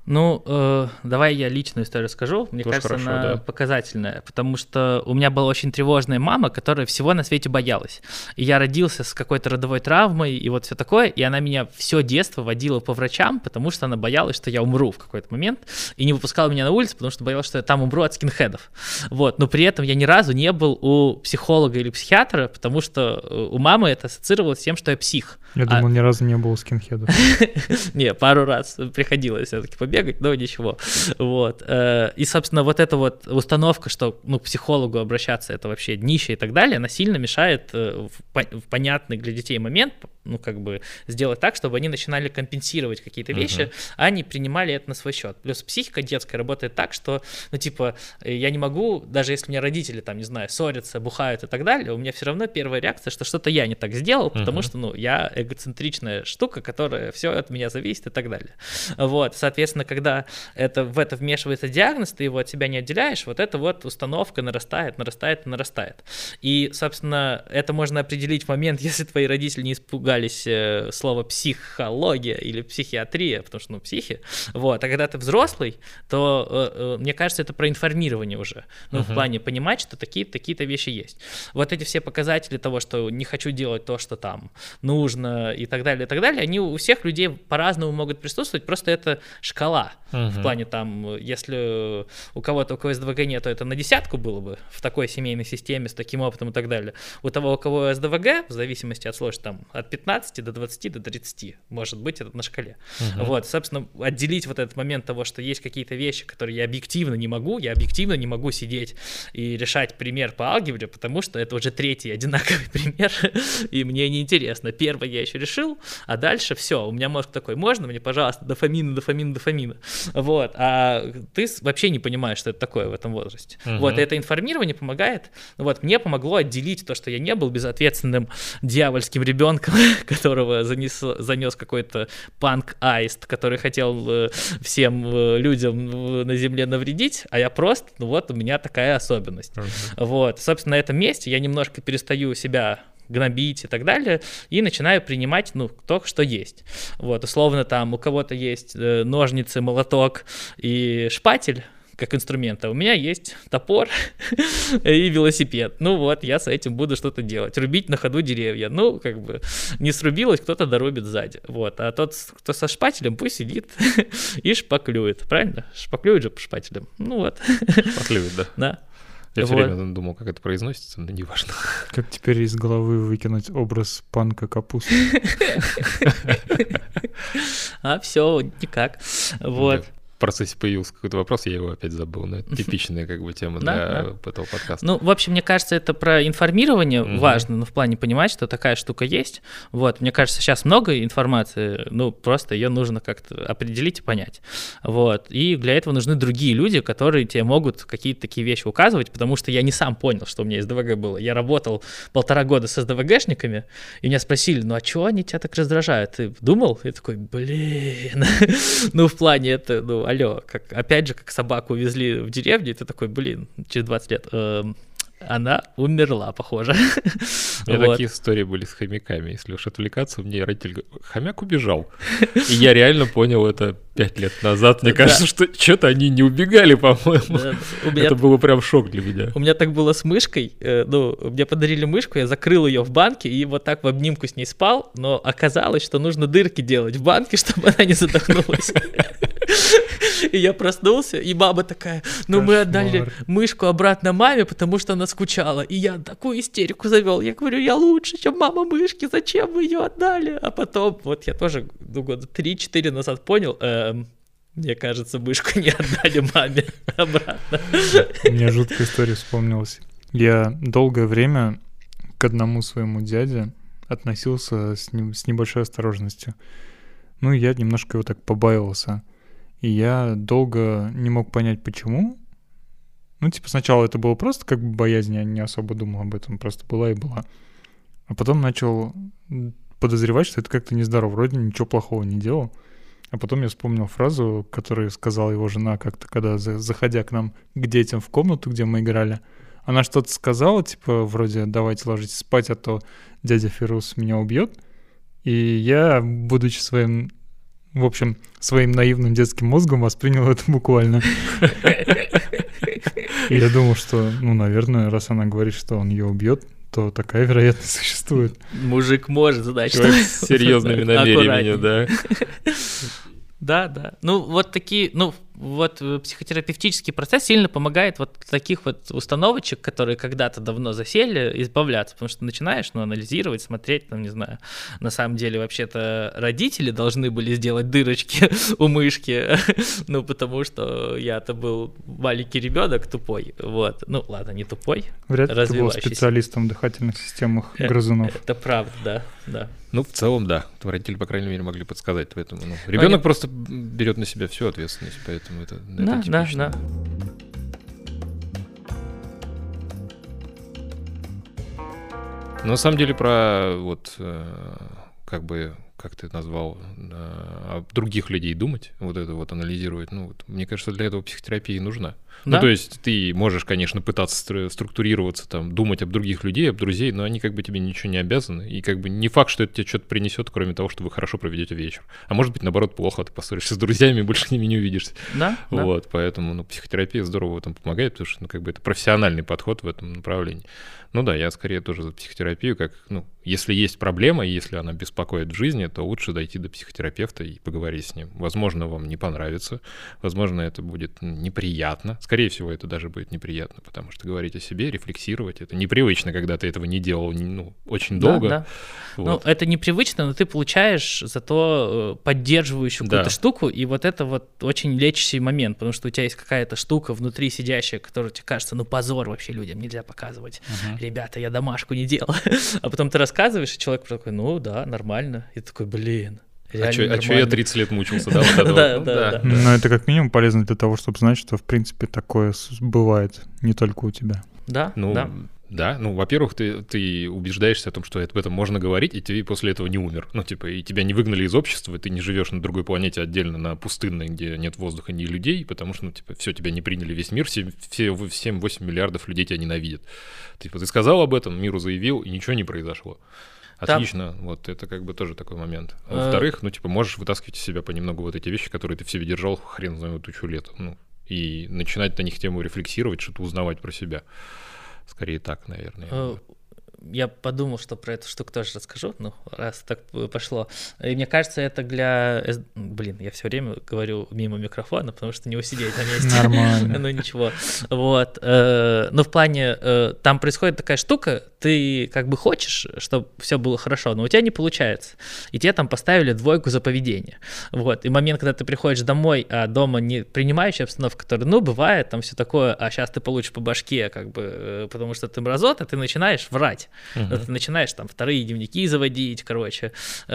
Ну, э, давай я личную историю скажу. Мне Тоже кажется, хорошо, она да. показательная, потому что у меня была очень тревожная мама, которая всего на свете боялась. И я родился с какой-то родовой травмой, и вот все такое, и она меня все детство водила по врачам, потому что она боялась, что я умру в какой-то момент, и не выпускала меня на улицу, потому что боялась, что я там умру от скинхедов. Вот. Но при этом я ни разу не был у психолога или психиатра, потому что у мамы это ассоциировалось с тем, что я псих. Я А- думал, ни разу не было скинхедов. Не, пару раз приходилось все-таки побегать, но ничего. Вот. э, И, собственно, вот эта вот установка, что ну, к психологу обращаться это вообще днище и так далее, она сильно мешает э, в по- в понятный для детей момент, ну, как бы сделать так, чтобы они начинали компенсировать какие-то вещи, Мгм. а они принимали это на свой счет. Плюс психика детская работает так, что, ну, типа, э, я не могу, даже если у меня родители, там, не знаю, ссорятся, бухают и так далее, у меня все равно первая реакция, что что-то я не так сделал, потому Мгм. что, ну, я эгоцентричная штука, которая все от меня зависит и так далее. Вот, соответственно, когда это, в это вмешивается диагноз, ты его от себя не отделяешь, вот эта вот установка нарастает, нарастает, нарастает. И, собственно, это можно определить в момент, если твои родители не испугались э, слова психология или психиатрия, потому что, ну, психи, вот, а когда ты взрослый, то, э, э, мне кажется, это про информирование уже, ну, в Мгм. плане понимать, что такие, такие-то вещи есть. Вот эти все показатели того, что не хочу делать то, что там нужно и так далее, и так далее, они у всех людей по-разному могут присутствовать, просто это шкала. В Мгм. плане там, если у кого-то, у кого СДВГ нет, то это на десятку было бы в такой семейной системе с таким опытом и так далее. У того, у кого СДВГ, в зависимости от сложности, там, от пятнадцати до двадцати до тридцати, может быть, это на шкале. Мгм. Вот, собственно, отделить вот этот момент того, что есть какие-то вещи, которые я объективно не могу, я объективно не могу сидеть и решать пример по алгебре, потому что это уже третий одинаковый пример, и мне неинтересно. Первый я еще решил, а дальше все, у меня мозг такой, можно мне, пожалуйста, дофамина, дофамина, дофамина. Вот, а ты с- вообще не понимаешь, что это такое в этом возрасте. Мгм. Вот, и это информирование помогает. Вот, мне помогло отделить то, что я не был безответственным дьявольским ребенком, которого занес, занес какой-то панк-аист, который хотел э, всем э, людям э, на земле навредить, а я просто, ну вот, у меня такая особенность. Мгм. Вот, собственно, на этом месте я немножко перестаю себя гнобить и так далее, и начинаю принимать, ну, то, что есть. Вот, условно, там, у кого-то есть э, ножницы, молоток и шпатель, как инструмент, а у меня есть топор и велосипед. Ну вот, я с этим буду что-то делать. Рубить на ходу деревья. Ну, как бы, не срубилось, кто-то дорубит сзади. Вот, а тот, кто со шпателем, пусть сидит и шпаклюет. Правильно? Шпаклюет же по шпателям. Ну вот, Шпаклюет, да. да. Я все Вот. время думал, как это произносится, но неважно. Как теперь из головы выкинуть образ панка капусты? А все, никак. Вот. Да. В процессе появился какой-то вопрос, я его опять забыл, но это типичная как бы тема Да, для да. этого подкаста. Ну, в общем, мне кажется, это про информирование Мгм. важно, но в плане понимать, что такая штука есть. Вот, мне кажется, сейчас много информации, ну, просто ее нужно как-то определить и понять. Вот, и для этого нужны другие люди, которые тебе могут какие-то такие вещи указывать, потому что я не сам понял, что у меня СДВГ было. Я работал полтора года с СДВГшниками, и меня спросили, ну, а чего они тебя так раздражают? Ты думал? Я такой, блин. Ну, в плане это, ну, алло, как, опять же, как собаку увезли в деревню, и ты такой, блин, через двадцать лет, эм, она умерла, похоже. У меня Вот. такие истории были с хомяками. Если уж отвлекаться, мне родитель говорит, хомяк убежал. И я реально понял это пять лет назад. Мне Да. кажется, что что-то они не убегали, по-моему. Да, у меня Это было прям шок для меня. У меня так было с мышкой, э, ну, мне подарили мышку, я закрыл ее в банке и вот так в обнимку с ней спал, но оказалось, что нужно дырки делать в банке, чтобы она не задохнулась. И я проснулся, и мама такая, ну мы отдали Кошмар. мышку обратно маме, потому что она скучала. И я такую истерику завел. Я говорю, я лучше, чем мама мышки, зачем вы ее отдали? А потом, вот я тоже ну, года три-четыре назад понял, эм, мне кажется, мышку не отдали маме обратно. Мне жуткая история вспомнилась. Я долгое время к одному своему дяде относился с, не- с небольшой осторожностью. Ну, я немножко его так побаивался. И я долго не мог понять, почему. Ну, типа, сначала это было просто как бы боязнь, я не особо думал об этом, просто была и была. А потом начал подозревать, что это как-то нездорово, вроде ничего плохого не делал. А потом я вспомнил фразу, которую сказала его жена как-то, когда, за- заходя к нам, к детям в комнату, где мы играли, она что-то сказала, типа, вроде, давайте ложитесь спать, а то дядя Фирус меня убьет. И я, будучи своим в общем, своим наивным детским мозгом воспринял это буквально. И я думал, что, ну, наверное, раз она говорит, что он ее убьет, то такая вероятность существует. Мужик может, значит. Человек с серьезными намерениями, да. Да, да. Ну, вот такие, ну, вот психотерапевтический процесс сильно помогает вот таких вот установочек, которые когда-то давно засели, избавляться, потому что начинаешь, ну, анализировать, смотреть, там, не знаю, на самом деле вообще-то родители должны были сделать дырочки у мышки, ну, потому что я-то был маленький ребенок тупой, вот, ну, ладно, не тупой, вряд ли ты был специалистом в дыхательных системах грызунов. Это правда, да, да. Ну, в целом, да. Родители, по крайней мере, могли подсказать. Поэтому ну, ребенок Они... просто берет на себя всю ответственность, поэтому это, да, это типично. Да, да. Но на самом деле про вот как бы как ты назвал, о других людей думать, вот это вот анализировать, ну, вот, мне кажется, для этого психотерапия нужна. Да? Ну, то есть ты можешь, конечно, пытаться структурироваться, там, думать об других людей, об друзей, но они как бы тебе ничего не обязаны, и как бы не факт, что это тебе что-то принесет, кроме того, что вы хорошо проведете вечер. А может быть, наоборот, плохо, ты поссоришься с друзьями и больше с ними не увидишься. Да, вот, да. Поэтому, ну, психотерапия здорово в этом помогает, потому что, ну, как бы это профессиональный подход в этом направлении. Ну да, я скорее тоже за психотерапию, как, ну, если есть проблема, если она беспокоит в жизни, то лучше дойти до психотерапевта и поговорить с ним. Возможно, вам не понравится, возможно, это будет неприятно. Скорее всего, это даже будет неприятно, потому что говорить о себе, рефлексировать, это непривычно, когда ты этого не делал, ну, очень долго. Да, да. Вот. Ну, это непривычно, но ты получаешь зато поддерживающую какую-то да. штуку, и вот это вот очень лечащий момент, потому что у тебя есть какая-то штука внутри сидящая, которая тебе кажется, ну, позор вообще людям, нельзя показывать. Uh-huh. Ребята, я домашку не делал. А потом ты рассказываешь, и человек такой, ну, да, нормально. И ты такой, блин. А что я тридцать лет мучился, да? Да, да. Но это как минимум полезно для того, чтобы знать, что, в принципе, такое бывает не только у тебя. Да, да. Да, ну, во-первых, ты, ты убеждаешься о том, что об этом можно говорить, и ты после этого не умер. Ну, типа, и тебя не выгнали из общества, и ты не живешь на другой планете отдельно, на пустынной, где нет воздуха, ни людей, потому что, ну, типа, все, тебя не приняли весь мир, все, все семь-восемь миллиардов людей тебя ненавидят. Типа, ты сказал об этом, миру заявил, и ничего не произошло. Отлично, да. Вот это как бы тоже такой момент. А во-вторых, ну, типа, можешь вытаскивать из себя понемногу вот эти вещи, которые ты в себе держал хрен знает тучу лет, ну, и начинать на них тему рефлексировать, что-то узнавать про себя. Скорее так, наверное. Я подумал, что про эту штуку тоже расскажу, ну, раз так пошло. И мне кажется, это для... Блин, я все время говорю мимо микрофона, потому что не усидеть на месте. Нормально. Ну, ничего. Вот. Но в плане, там происходит такая штука, ты как бы хочешь, чтобы все было хорошо, но у тебя не получается. И тебе там поставили двойку за поведение. Вот. И момент, когда ты приходишь домой, а дома не принимающая обстановка, которая, ну, бывает, там все такое, а сейчас ты получишь по башке, как бы, потому что ты мразота, ты начинаешь врать. Uh-huh. Ты начинаешь там вторые дневники заводить, короче,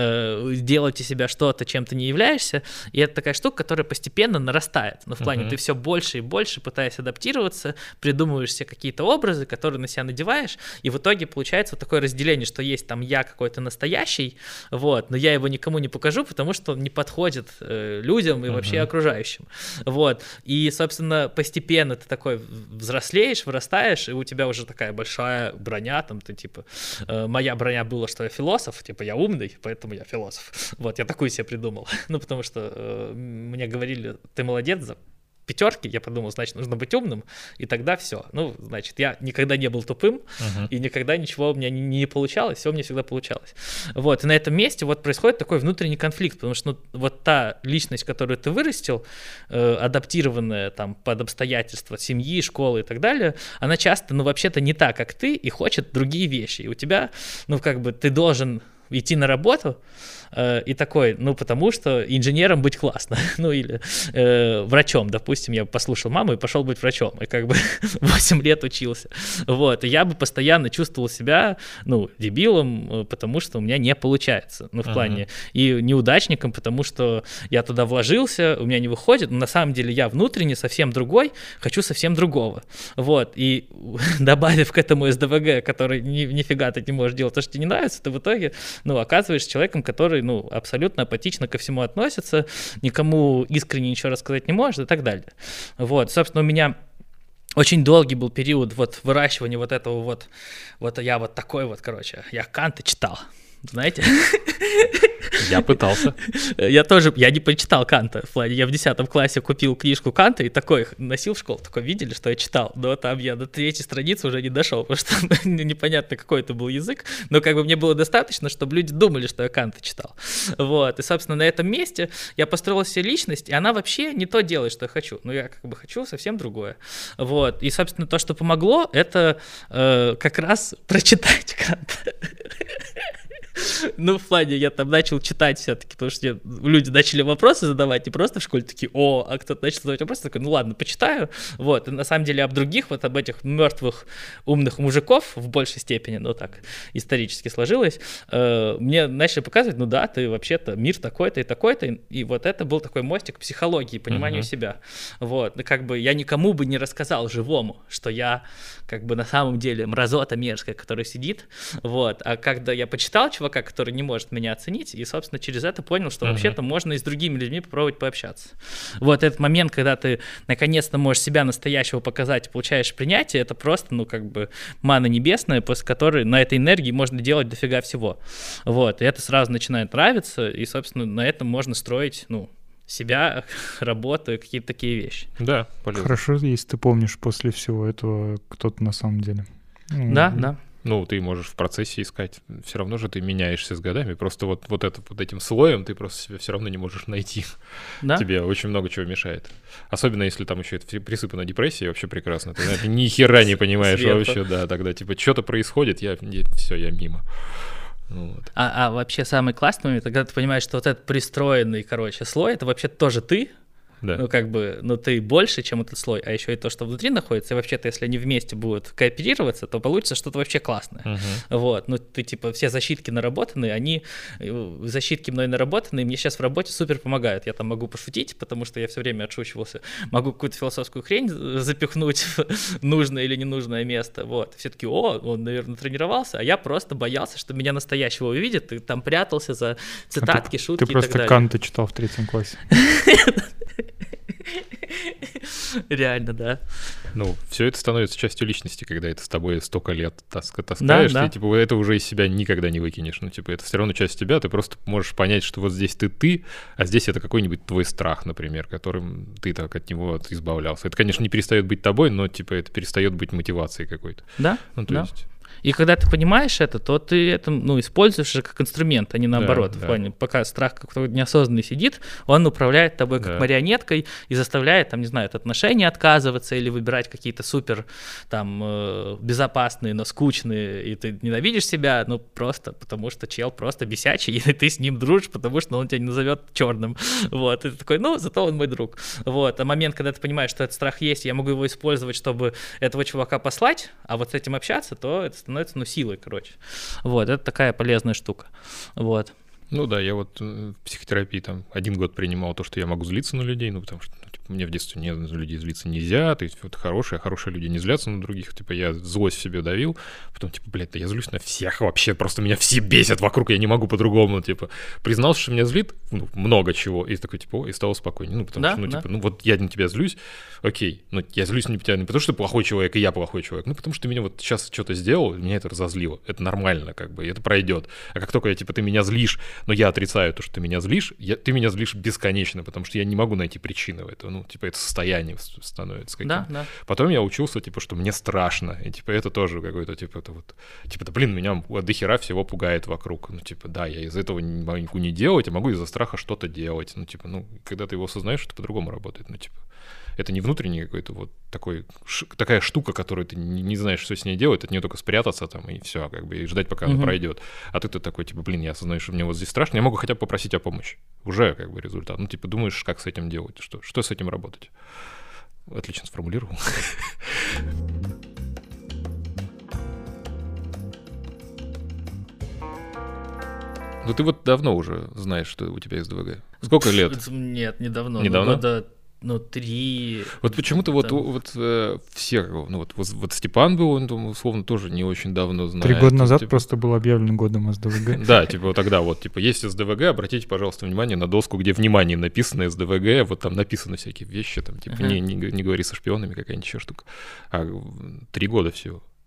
э, делать из себя что-то, чем ты не являешься, и это такая штука, которая постепенно нарастает, но в плане uh-huh. ты все больше и больше, пытаясь адаптироваться, придумываешь себе какие-то образы, которые на себя надеваешь, и в итоге получается вот такое разделение, что есть там я какой-то настоящий, вот, но я его никому не покажу, потому что он не подходит э, людям и uh-huh. вообще окружающим, вот, и, собственно, постепенно ты такой взрослеешь, вырастаешь, и у тебя уже такая большая броня, там, ты типа, моя броня была, что я философ, типа я умный, поэтому я философ. Вот, я такую себе придумал. Ну, потому что э, мне говорили, ты молодец за пятерки, я подумал, значит, нужно быть умным, и тогда все. Ну, значит, я никогда не был тупым, uh-huh. и никогда ничего у меня не, не получалось, все у меня всегда получалось. Вот, и на этом месте вот происходит такой внутренний конфликт, потому что ну, вот та личность, которую ты вырастил, э, адаптированная там под обстоятельства семьи, школы и так далее, она часто, ну, вообще-то не так, как ты, и хочет другие вещи. И у тебя, ну, как бы ты должен идти на работу, э, и такой, ну, потому что инженером быть классно, ну, или э, врачом, допустим, я послушал маму и пошел быть врачом, и как бы восемь лет учился, вот, и я бы постоянно чувствовал себя, ну, дебилом, потому что у меня не получается, ну, в uh-huh. плане, и неудачником, потому что я туда вложился, у меня не выходит, но на самом деле я внутренне совсем другой, хочу совсем другого, вот, и добавив к этому эс дэ вэ гэ, который ни, нифига ты не можешь делать то, что тебе не нравится, ты в итоге ну, оказываешься человеком, который, ну, абсолютно апатично ко всему относится, никому искренне ничего рассказать не может и так далее. Вот, собственно, у меня очень долгий был период вот выращивания вот этого вот, вот я вот такой вот, короче, я Канта читал, знаете? Я пытался. Я тоже, я не прочитал Канта. В плане, я в десятом классе купил книжку Канта и такой носил в школу. Такой, видели, что я читал? Но там я до третьей страницы уже не дошел, потому что непонятно, какой это был язык. Но как бы мне было достаточно, чтобы люди думали, что я Канта читал. Вот. И, собственно, на этом месте я построил себе личность, и она вообще не то делает, что я хочу. Но я как бы хочу совсем другое. Вот. И, собственно, то, что помогло, это э, как раз прочитать Канта. Ну, в плане, я там начал читать все-таки, потому что люди начали вопросы задавать, не просто в школе такие, о, а кто-то начал задавать вопросы, такой, ну ладно, почитаю. Вот, и на самом деле об других, вот об этих мертвых умных мужиков в большей степени, ну так, исторически сложилось, э, мне начали показывать, ну да, ты вообще-то мир такой-то и такой-то, и вот это был такой мостик психологии, пониманию uh-huh. себя. Вот, и как бы я никому бы не рассказал живому, что я как бы на самом деле мразота мерзкая, которая сидит, вот, а когда я почитал чувака, который не может меня оценить, и, собственно, через это понял, что uh-huh. вообще-то можно и с другими людьми попробовать пообщаться. Вот этот момент, когда ты наконец-то можешь себя настоящего показать и получаешь принятие, это просто, ну, как бы мана небесная, после которой на этой энергии можно делать дофига всего. Вот, и это сразу начинает нравиться, и, собственно, на этом можно строить, ну, себя, работу и какие-то такие вещи. Да, полезно. Хорошо, если ты помнишь после всего этого, кто ты на самом деле. Да, mm-hmm. да. Ну, ты можешь в процессе искать. Все равно же ты меняешься с годами. Просто вот, вот, это, вот этим слоем ты просто себя все равно не можешь найти. Да? Тебе очень много чего мешает. Особенно если там еще это присыпано депрессией, вообще прекрасно. Ты, ты ни хера не понимаешь Сверху. Вообще, да, тогда типа что-то происходит, я, я все, я мимо. Вот. А, а вообще самый классный момент, когда ты понимаешь, что вот этот пристроенный, короче, слой, это вообще тоже ты. Да. Ну, как бы, ну, ты больше, чем этот слой, а еще и то, что внутри находится, и вообще-то, если они вместе будут кооперироваться, то получится что-то вообще классное. Uh-huh. Вот, ну, ты, типа, все защитки наработанные, они, защитки мной наработанные, мне сейчас в работе супер помогают. Я там могу пошутить, потому что я все время отшучивался, могу какую-то философскую хрень запихнуть в нужное или ненужное место, вот. Все таки, о, он, наверное, тренировался, а я просто боялся, что меня настоящего увидят, и там прятался за цитатки, а ты, шутки ты и так далее. Ты просто Канта читал в третьем классе. Реально, да. Ну, все это становится частью личности, когда это с тобой столько лет таска, таскаешь, да, да. Ты, типа, это уже из себя никогда не выкинешь. Ну, типа, это все равно часть тебя, ты просто можешь понять, что вот здесь ты ты, а здесь это какой-нибудь твой страх, например, которым ты так от него избавлялся. Это, конечно, не перестает быть тобой, но, типа, это перестает быть мотивацией какой-то. Да, ну, то да. есть... И когда ты понимаешь это, то ты это, ну, используешь же как инструмент, а не наоборот. Да, в плане, да. Пока страх какой-то неосознанный сидит, он управляет тобой как да. марионеткой и заставляет, там, не знаю, от отношений отказываться или выбирать какие-то супер, там, безопасные, но скучные, и ты ненавидишь себя, ну, просто потому что чел просто бесячий, и ты с ним дружишь, потому что он тебя не назовет черным. Вот, и ты такой, ну, зато он мой друг. Вот, а момент, когда ты понимаешь, что этот страх есть, я могу его использовать, чтобы этого чувака послать, а вот с этим общаться, то это становится, ну, силой, короче. Вот, это такая полезная штука. Вот. Ну да, я вот в психотерапии там один год принимал то, что я могу злиться на людей, ну, потому что ну, типа, мне в детстве не, на людей злиться нельзя, то есть вот хорошие, а хорошие люди не злятся на других, типа я злость в себе давил, потом типа, блядь, да я злюсь на всех вообще, просто меня все бесят вокруг, я не могу по-другому, типа, признался, что меня злит, ну, много чего, и такой, типа, и стало спокойнее, ну, потому да, что, ну, да. типа, ну, вот я на тебя злюсь, окей, но я злюсь на тебя не потому, что ты плохой человек, и я плохой человек, ну, потому что ты меня вот сейчас что-то сделал, меня это разозлило, это нормально, как бы, и это пройдет, а как только я, типа, ты меня злишь, но я отрицаю то, что ты меня злишь, я, ты меня злишь бесконечно, потому что я не могу найти причины в этом, ну, типа, это состояние становится каким-то. Да, да. Потом я учился, типа, что мне страшно, и, типа, это тоже какой-то, типа, это вот, типа, да, блин, меня до хера всего пугает вокруг, ну, типа, да, я из этого не могу не делать, а могу из-за страха что-то делать, ну, типа, ну, когда ты его осознаешь, это по-другому работает, ну, типа, это не внутренний какой-то вот такой, ш, такая штука, которую ты не, не знаешь, что с ней делать, от нее только спрятаться там и все, как бы, и ждать, пока mm-hmm. она пройдет. А ты-то такой, типа, блин, я осознаю, что мне вот здесь страшно, я могу хотя бы попросить о помощи. Уже, как бы, результат. Ну, типа, думаешь, как с этим делать, что, что с этим работать. Отлично сформулировал. Ну, ты вот давно уже знаешь, что у тебя есть ДВГ. Сколько лет? Нет, недавно. Недавно? Года... Ну, три... Вот почему-то вот, вот э, все, ну вот, вот, вот Степан был, он, условно, тоже не очень давно знает. Три года назад типа... просто был объявлен годом СДВГ. Да, типа вот тогда вот, типа, есть СДВГ, обратите, пожалуйста, внимание на доску, где внимание написано СДВГ, вот там написаны всякие вещи, там, типа, uh-huh. не, не, не говори со шпионами, какая-нибудь еще штука. А три года всего.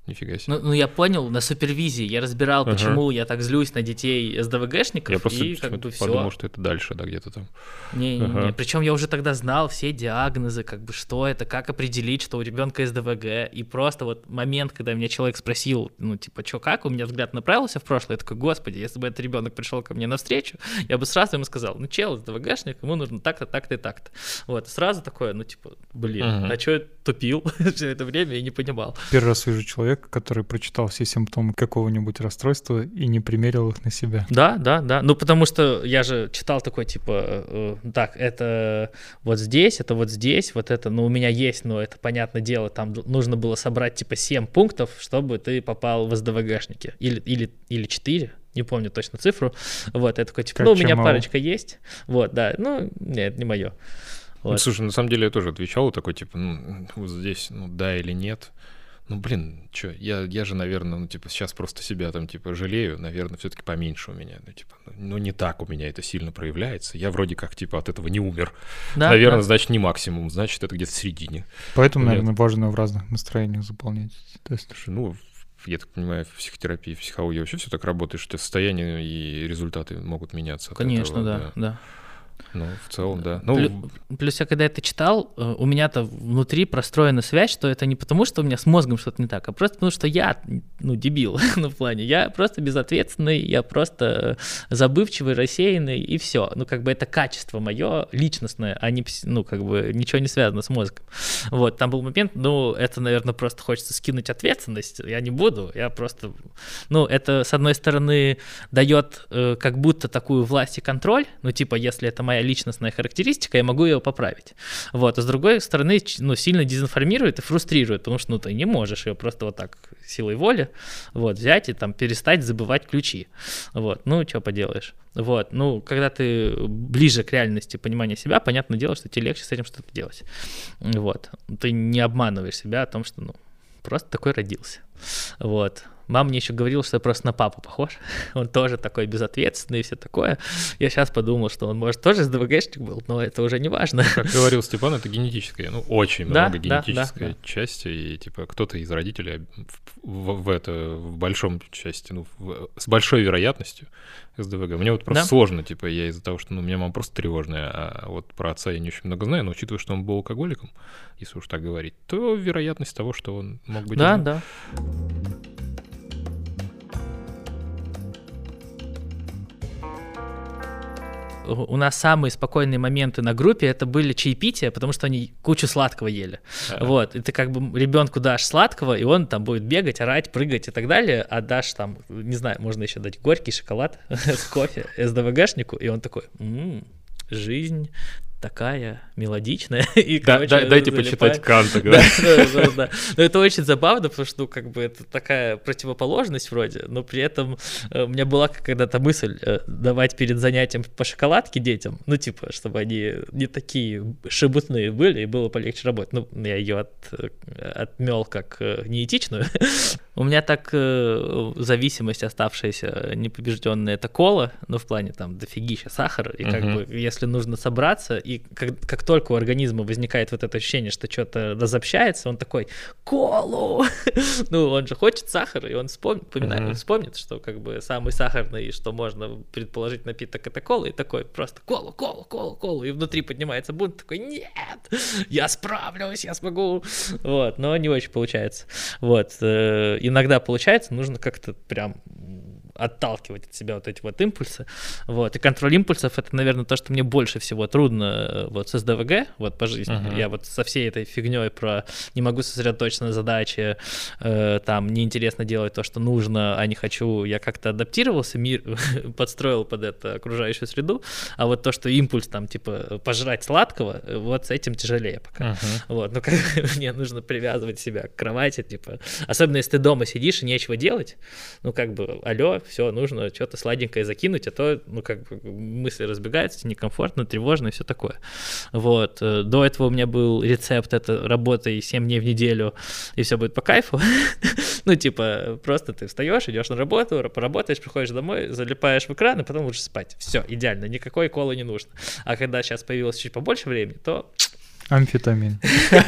Нифига себе. Ну, ну, я понял, на супервизии я разбирал, ага. почему я так злюсь на детей СДВГшников, я просто и как бы все. подумал, что это дальше, да, где-то там. Не-не-не, ага. причем я уже тогда знал все диагнозы, как бы что это, как определить, что у ребенка СДВГ, и просто вот момент, когда меня человек спросил, ну, типа, что как, у меня взгляд направился в прошлое, я такой, господи, если бы этот ребенок пришел ко мне навстречу, я бы сразу ему сказал, ну, чел, СДВГшник, ему нужно так-то, так-то и так-то. Вот, сразу такое, ну, типа, блин, ага. а что я тупил все это время и не понимал. Первый раз вижу человека, который прочитал все симптомы какого-нибудь расстройства и не примерил их на себя. Да, да, да. Ну, потому что я же читал такой, типа, э, так, это вот здесь, это вот здесь, вот это, ну, у меня есть, но это, понятное дело, там нужно было собрать, типа, семь пунктов, чтобы ты попал в СДВГшники. Или, или, или четыре. Не помню точно цифру. Вот, я такой, типа, как ну, у меня мало. Парочка есть. Вот, да. Ну, нет, не мое. Вот. Ну, слушай, на самом деле я тоже отвечал, такой, типа, ну, вот здесь, ну, да или нет. Ну, блин, что, я, я же, наверное, ну, типа, сейчас просто себя там, типа, жалею, наверное, все-таки поменьше у меня, ну, типа, ну, ну, не так у меня это сильно проявляется, я вроде как, типа, от этого не умер, да, наверное, да. значит, не максимум, значит, это где-то в середине. Поэтому, наверное, Нет. важно в разных настроениях заполнять тест. Ну, я так понимаю, в психотерапии, в психологии вообще все так работает, что состояние и результаты могут меняться. Конечно, этого, да, да. да. Ну, в целом, да. Ну, плюс я когда это читал, у меня-то внутри простроена связь, что это не потому, что у меня с мозгом что-то не так, а просто потому, что я, ну, дебил, ну, в плане, я просто безответственный, я просто забывчивый, рассеянный, и все. Ну, как бы это качество мое, личностное, а не, ну, как бы ничего не связано с мозгом. Вот, там был момент, ну, это, наверное, просто хочется скинуть ответственность, я не буду, я просто, ну, это, с одной стороны, дает э, как будто такую власть и контроль, ну, типа, если это моя личностная характеристика, я могу ее поправить. Вот. А с другой стороны, ну, сильно дезинформирует и фрустрирует, потому что, ну, ты не можешь ее просто вот так силой воли вот, взять и там перестать забывать ключи. Вот. Ну, что поделаешь. Вот. Ну, когда ты ближе к реальности понимания себя, понятное дело, что тебе легче с этим что-то делать. Вот. Ты не обманываешь себя о том, что, ну, просто такой родился. Вот. Мама мне еще говорила, что я просто на папу похож. Он тоже такой безответственный и все такое. Я сейчас подумал, что он, может, тоже СДВГшник был, но это уже не важно. Как говорил Степан, это генетическое, ну, очень да, много генетической да, да, части, и, типа, кто-то из родителей в, в, в это, в большом части, ну, в, с большой вероятностью СДВГ. Мне вот просто да? сложно, типа, я из-за того, что, ну, у меня мама просто тревожная, а вот про отца я не очень много знаю, но учитывая, что он был алкоголиком, если уж так говорить, то вероятность того, что он мог быть... Да, один... да. У нас самые спокойные моменты на группе это были чаепития, потому что они кучу сладкого ели. А-а-а. Вот, и ты как бы ребенку дашь сладкого, и он там будет бегать, орать, прыгать и так далее, а дашь там, не знаю, можно еще дать горький шоколад с кофе СДВГшнику, и он такой, м-м, жизнь такая мелодичная. И, да, короче, да, дайте залипает. Почитать Канта. Да, да, да, да. Но это очень забавно, потому что, ну, как бы, это такая противоположность вроде, но при этом у меня была когда-то мысль давать перед занятием по шоколадке детям, ну, типа, чтобы они не такие шебутные были, и было полегче работать. Ну, я ее от, отмел как неэтичную. У меня так зависимость оставшаяся непобежденная — это кола, ну, в плане там дофигища сахара, и как бы, если нужно собраться, и как, как только у организма возникает вот это ощущение, что что-то разобщается, он такой, колу! Ну, он же хочет сахара, и он вспомнит, поминает, uh-huh. вспомнит, что как бы самый сахарный, что можно предположить напиток, это кола, и такой просто колу, колу, колу, колу, и внутри поднимается бунт, такой, нет, я справлюсь, я смогу, вот, но не очень получается, вот, иногда получается, нужно как-то прям отталкивать от себя вот эти вот импульсы, вот, и контроль импульсов — это, наверное, то, что мне больше всего трудно вот с СДВГ, вот, по жизни, uh-huh. я вот со всей этой фигней про не могу сосредоточиться на задаче, э, там, неинтересно делать то, что нужно, а не хочу, я как-то адаптировался, мир подстроил под это окружающую среду, а вот то, что импульс, там, типа, пожрать сладкого, вот с этим тяжелее пока, uh-huh. вот, ну, как мне нужно привязывать себя к кровати, типа, особенно если ты дома сидишь и нечего делать, ну, как бы, алло, все, нужно что-то сладенькое закинуть, а то, ну, как бы мысли разбегаются, некомфортно, тревожно и все такое. Вот. До этого у меня был рецепт, это работай семь дней в неделю, и все будет по кайфу. Ну, типа, просто ты встаешь, идешь на работу, поработаешь, приходишь домой, залипаешь в экран, и потом лучше спать. Все, идеально, никакой колы не нужно. А когда сейчас появилось чуть побольше времени, то Амфетамин.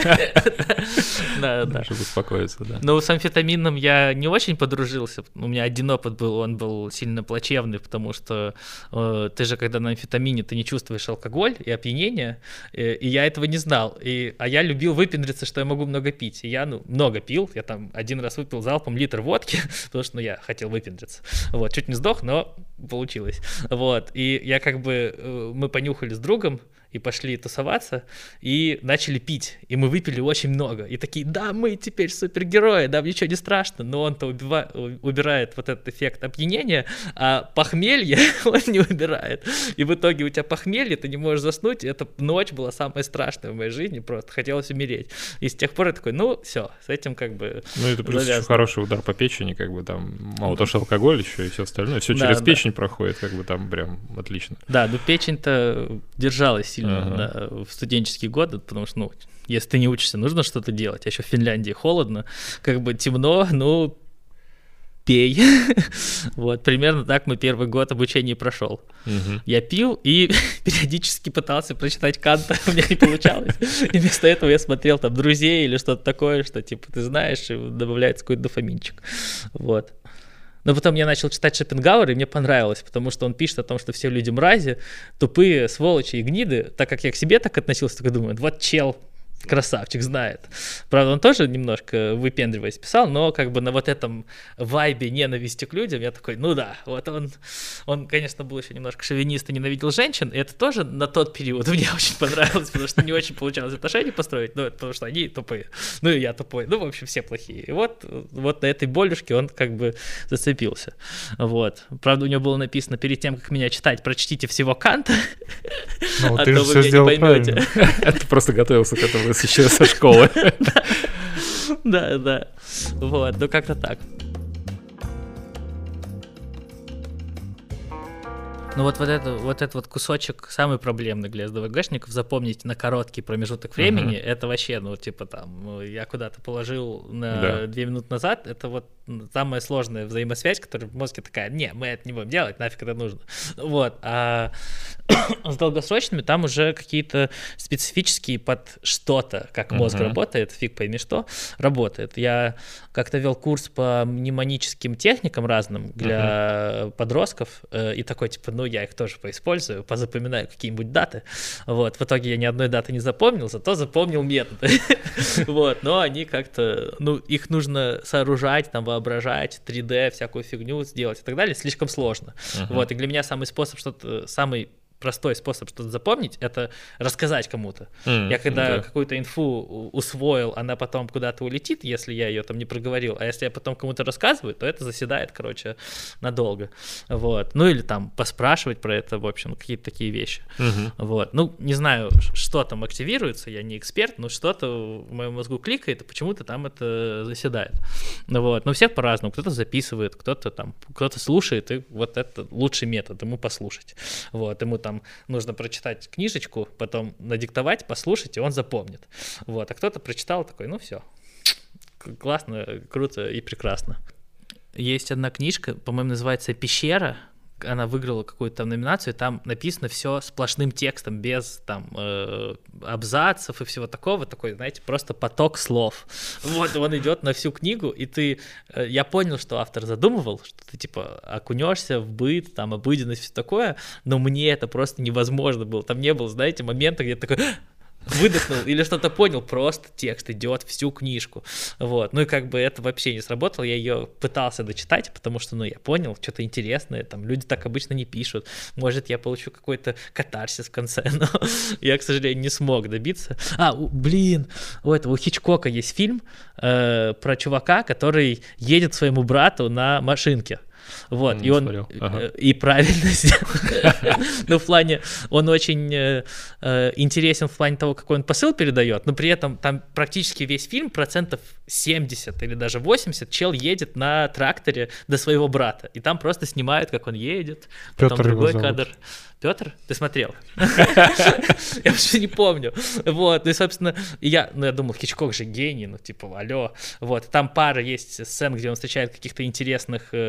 Да, да. Чтобы успокоиться, да. Но с амфетамином я не очень подружился. У меня один опыт был, он был сильно плачевный, потому что э, ты же, когда на амфетамине, ты не чувствуешь алкоголь и опьянение, и, и я этого не знал. И, а я любил выпендриться, что я могу много пить. И я, ну, много пил. Я там один раз выпил залпом литр водки, потому что, ну, я хотел выпендриться. Вот, чуть не сдох, но получилось. Вот, и я как бы, э, мы понюхали с другом, и пошли тусоваться, и начали пить, и мы выпили очень много, и такие, да, мы теперь супергерои, нам ничего не страшно, но он-то убива... убирает вот этот эффект опьянения, а похмелье он не убирает, и в итоге у тебя похмелье, ты не можешь заснуть, и эта ночь была самая страшная в моей жизни, просто хотелось умереть, и с тех пор я такой, ну, все, с этим как бы Ну, это плюс еще хороший удар по печени, как бы там, мало того, что алкоголь еще и все остальное, все Да, через да. печень проходит, как бы там прям отлично. Да, ну печень-то держалась сильно Ага. да, в студенческие годы, потому что, ну, если ты не учишься, нужно что-то делать. А еще в Финляндии холодно, как бы темно, ну, пей. Вот, примерно так мой первый год обучения прошел. Мгм. Я пил и периодически пытался прочитать Канта, у меня не получалось. И вместо этого я смотрел там «Друзей» или что-то такое, что, типа, ты знаешь, и добавляется какой-то дофаминчик. Вот. Но потом я начал читать Шопенгауэра, и мне понравилось, потому что он пишет о том, что все люди мрази, тупые, сволочи и гниды. Так как я к себе так относился, только думаю, вот чел, красавчик, знает. Правда, он тоже немножко выпендриваясь писал, но как бы на вот этом вайбе ненависти к людям я такой, ну да, вот он, он, конечно, был еще немножко шовинист и ненавидел женщин, и это тоже на тот период мне очень понравилось, потому что не очень получалось отношения построить, ну, потому что они тупые, ну и я тупой, ну, в общем, все плохие. И вот, вот на этой болюшке он как бы зацепился. Вот. Правда, у него было написано перед тем, как меня читать, прочтите всего Канта, Ну, а ты то же вы все меня не сделал поймете. правильно. Ты просто готовился к этому еще со школы. Да, да. Вот, ну как-то так. Ну вот, вот, это, вот этот вот кусочек самый проблемный для СДВГшников, запомнить на короткий промежуток времени, uh-huh. это вообще, ну типа там, я куда-то положил на Да. две минуты назад, это вот самая сложная взаимосвязь, которая в мозге такая, не, мы это не будем делать, нафиг это нужно. Вот, а с долгосрочными там уже какие-то специфические под что-то, как мозг uh-huh. работает, фиг пойми что, работает. Я как-то вел курс по мнемоническим техникам разным для uh-huh. подростков, и такой типа, ну я их тоже поиспользую, позапоминаю какие-нибудь даты. Вот, в итоге я ни одной даты не запомнил, зато запомнил методы. Вот, но они как-то, ну, их нужно сооружать, там, воображать, три дэ, всякую фигню сделать и так далее, слишком сложно. Вот, и для меня самый способ что-то, самый простой способ что-то запомнить — это рассказать кому-то. Mm, я когда да. какую-то инфу усвоил, она потом куда-то улетит, если я ее там не проговорил, а если я потом кому-то рассказываю, то это заседает, короче, надолго. Вот. Ну или там поспрашивать про это, в общем, какие-то такие вещи. Mm-hmm. Вот. Ну, не знаю, что там активируется, я не эксперт, но что-то в моем мозгу кликает, и почему-то там это заседает. Вот. Но у всех по-разному. Кто-то записывает, кто-то там, кто-то слушает, и вот это лучший метод, ему послушать. Вот. Ему там нужно прочитать книжечку, потом надиктовать, послушать, и он запомнит. Вот. А кто-то прочитал такой, ну все, классно, круто и прекрасно. Есть одна книжка, по-моему, называется «Пещера». Она выиграла какую-то там номинацию, там написано все сплошным текстом, без там э, абзацев и всего такого, такой, знаете, просто поток слов. Вот, он идет на всю книгу, и ты, э, я понял, что автор задумывал, что ты типа окунешься в быт, там, обыденность, все такое, но мне это просто невозможно было. Там не было, знаете, момента, где ты такой... выдохнул или что-то понял, просто текст идет всю книжку, вот, ну и как бы это вообще не сработало, я ее пытался дочитать, потому что, ну, я понял, что-то интересное, там, люди так обычно не пишут, может, я получу какой-то катарсис в конце, но я, к сожалению, не смог добиться. А, у, блин, у этого, у Хичкока есть фильм э, про чувака, который едет к своему брату на машинке. Вот, не и он ага. и правильно сделал. Ну, в плане, он очень э, интересен в плане того, какой он посыл передает, но при этом там практически весь фильм, процентов семьдесят или даже восемьдесят, чел едет на тракторе до своего брата, и там просто снимают, как он едет, потом Петр другой кадр. Петр? Ты смотрел? Я вообще не помню. Вот, ну и, собственно, я, ну, я думал, Хичкок же гений, ну, типа, алло. Вот, там пара есть сцен, где он встречает каких-то интересных э, людей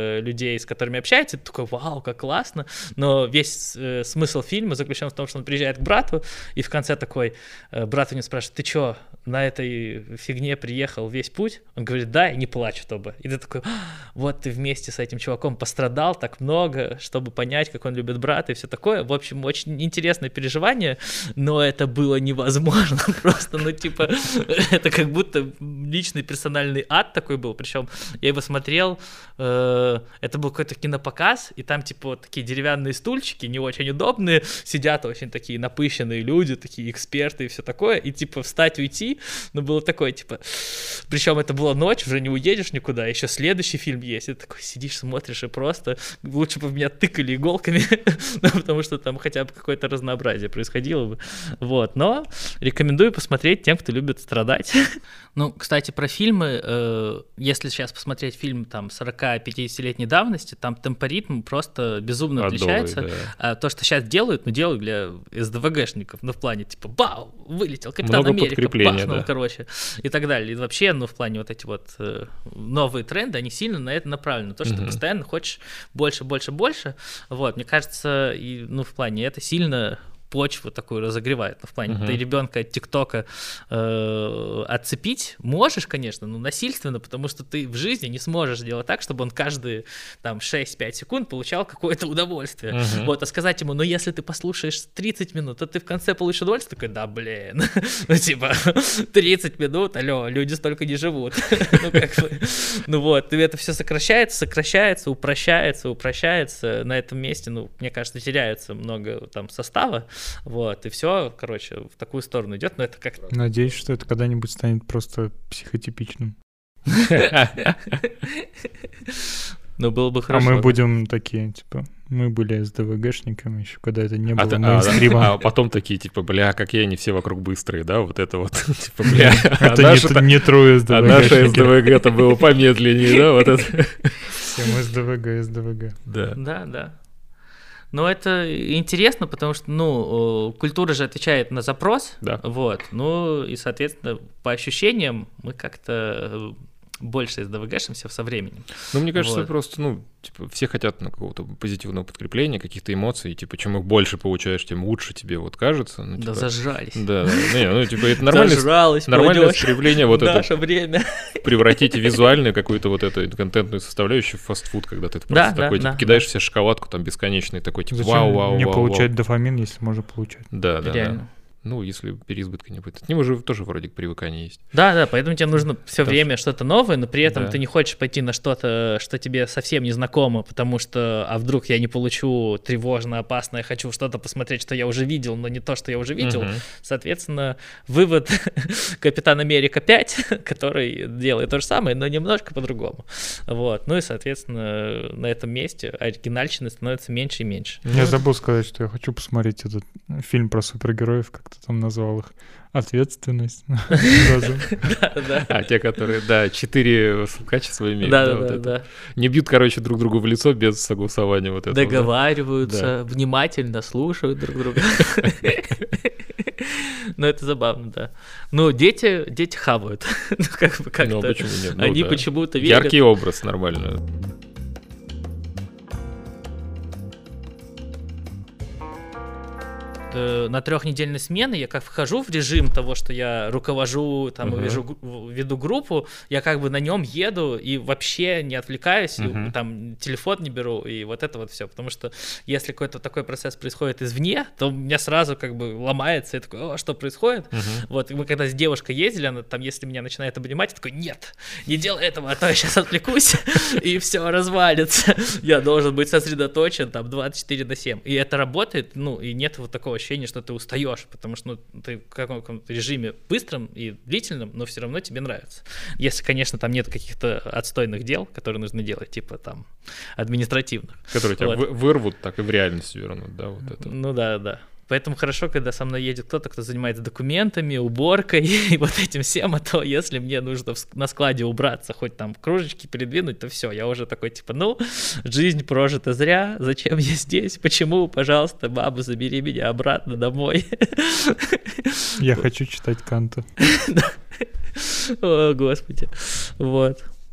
друзей, с которыми общается, и ты такой, вау, как классно, но весь э, смысл фильма заключен в том, что он приезжает к брату, и в конце такой, э, брат у него спрашивает, ты чё, на этой фигне приехал весь путь? Он говорит, да, и не плачь, чтобы. И ты такой, вот ты вместе с этим чуваком пострадал так много, чтобы понять, как он любит брата и все такое. В общем, очень интересное переживание, но это было невозможно просто, ну типа, это как будто личный персональный ад такой был, причем я его смотрел, э, это был какой-то кинопоказ, и там типа вот такие деревянные стульчики, не очень удобные, сидят очень такие напыщенные люди, такие эксперты и все такое, и типа встать, уйти, ну было такое, типа, причем это была ночь, уже не уедешь никуда, еще следующий фильм есть, и ты такой сидишь, смотришь, и просто лучше бы меня тыкали иголками, потому что там хотя бы какое-то разнообразие происходило бы, вот, но рекомендую посмотреть тем, кто любит страдать. Ну, кстати, про фильмы, э, если сейчас посмотреть фильм там сорок-пятидесятилетней давности, там темпоритм просто безумно Адовый, отличается. да. А то, что сейчас делают, ну, делают для эс дэ вэ гэшников, ну, в плане, типа, бау, вылетел Капитан Много Америка, подкрепления, бахнул, да. короче, и так далее. И вообще, ну, в плане вот эти вот э, новые тренды, они сильно на это направлены. То, что Мгм. ты постоянно хочешь больше, больше, больше. Вот, мне кажется, и, ну, в плане это сильно почву такую разогревает. Ну, в плане, Мгм. ты ребенка от ТикТока э, отцепить можешь, конечно, но насильственно, потому что ты в жизни не сможешь сделать так, чтобы он каждые там шесть-пять секунд получал какое-то удовольствие. Мгм. Вот, а сказать ему, ну, если ты послушаешь тридцать минут, то ты в конце получишь удовольствие, такой, да, блин, ну, типа, тридцать минут, алло, люди столько не живут. Ну, как бы, ну, вот, и это все сокращается, сокращается, упрощается, упрощается. На этом месте, ну, мне кажется, теряется много там состава, вот, и все, короче, в такую сторону идет, но это как... Надеюсь, что это когда-нибудь станет просто психотипичным. Ну, было бы А хорошо. мы да. будем такие, типа, мы были эс дэ вэ гэшниками еще, когда это не А, было ты- а, мейнстримом. а потом такие, типа, бля, какие они все вокруг быстрые, да, вот это вот, типа, бля, а Это наши-то- не, не трое эс дэ а вэ наше гэшники. эс дэ вэ гэ это было помедленнее, да, вот это. Всем эс дэ вэ гэ, эс дэ вэ гэ. Да. Да, да. Но это интересно, потому что, ну, э, культура же отвечает на запрос, Да. вот, ну, и, соответственно, по ощущениям мы как-то э, больше эс дэ вэ гэшимся со временем. Ну, мне кажется, Вот. просто, ну, типа, все хотят ну, какого-то позитивного подкрепления, каких-то эмоций, типа, чем их больше получаешь, тем лучше тебе вот кажется. Ну, Да типа, зажрались. Да, да, не, ну, типа, это нормальное, Зажралась, нормальное молодежь. скрепление, вот это, Наше время. превратить в визуальную какую-то вот эту контентную составляющую в фастфуд, когда ты просто Да, да, такой, да, типа, кидаешь себе шоколадку там бесконечный, такой, типа, Зачем вау, вау, не вау, получать вау. дофамин, если можно получать? Да, да, да. Реально. Ну, если переизбытка не будет. От него же тоже вроде привыкание есть. Да, да, поэтому тебе нужно все Потому время что-то новое, но при этом Да. ты не хочешь пойти на что-то, что тебе совсем не знакомо, потому что, а вдруг я не получу тревожно, опасно, я хочу что-то посмотреть, что я уже видел, но не то, что я уже видел. Мгм. Соответственно, вывод Капитан Америка пять, который делает то же самое, но немножко по-другому. Вот. Ну и, соответственно, на этом месте оригинальщины становится меньше и меньше. Я забыл сказать, что я хочу посмотреть этот фильм про супергероев, как ты там назвал их. Ответственность. Сразу. Да, да. А те, которые, да, четыре качества имеют. Да, да, да, вот да, это. да. Не бьют, короче, друг другу в лицо без согласования вот этого. да. Договариваются, внимательно слушают друг друга. Ну, это забавно, да. Ну, дети, дети хавают. Ну, как бы Ну, как-то. почему нет? Ну, Они да. почему-то верят. Яркий образ, нормально. э, на трехнедельной смены я как вхожу в режим того, что я руковожу, там, Мгм. вижу, гру- веду группу, я как бы на нем еду и вообще не отвлекаюсь, и, Мгм. там телефон не беру, и вот это вот все, потому что если какой-то такой процесс происходит извне, то у меня сразу как бы ломается, и такой, о, что происходит? Мгм. Вот, и мы когда с девушкой ездили, она там, если меня начинает обнимать, я такой, нет, не делай этого, а то я сейчас отвлекусь, и все развалится. Я должен быть сосредоточен там двадцать четыре на семь. И это работает, ну, и нет вот такого ощущения, что ты устаешь, потому что ну, ты в каком-то режиме быстром и длительном, но все равно тебе нравится. Если, конечно, там нет каких-то отстойных дел, которые нужно делать, типа там административных. Которые тебя Вот. вы- вырвут, так и в реальность вернут, да, вот это. Ну да, да. Поэтому хорошо, когда со мной едет кто-то, кто занимается документами, уборкой и вот этим всем, а то если мне нужно в ск- на складе убраться, хоть там кружечки передвинуть, то все, я уже такой типа, ну, жизнь прожита зря, зачем я здесь, почему, пожалуйста, баба, забери меня обратно домой. Я хочу читать Канта. О, господи, вот.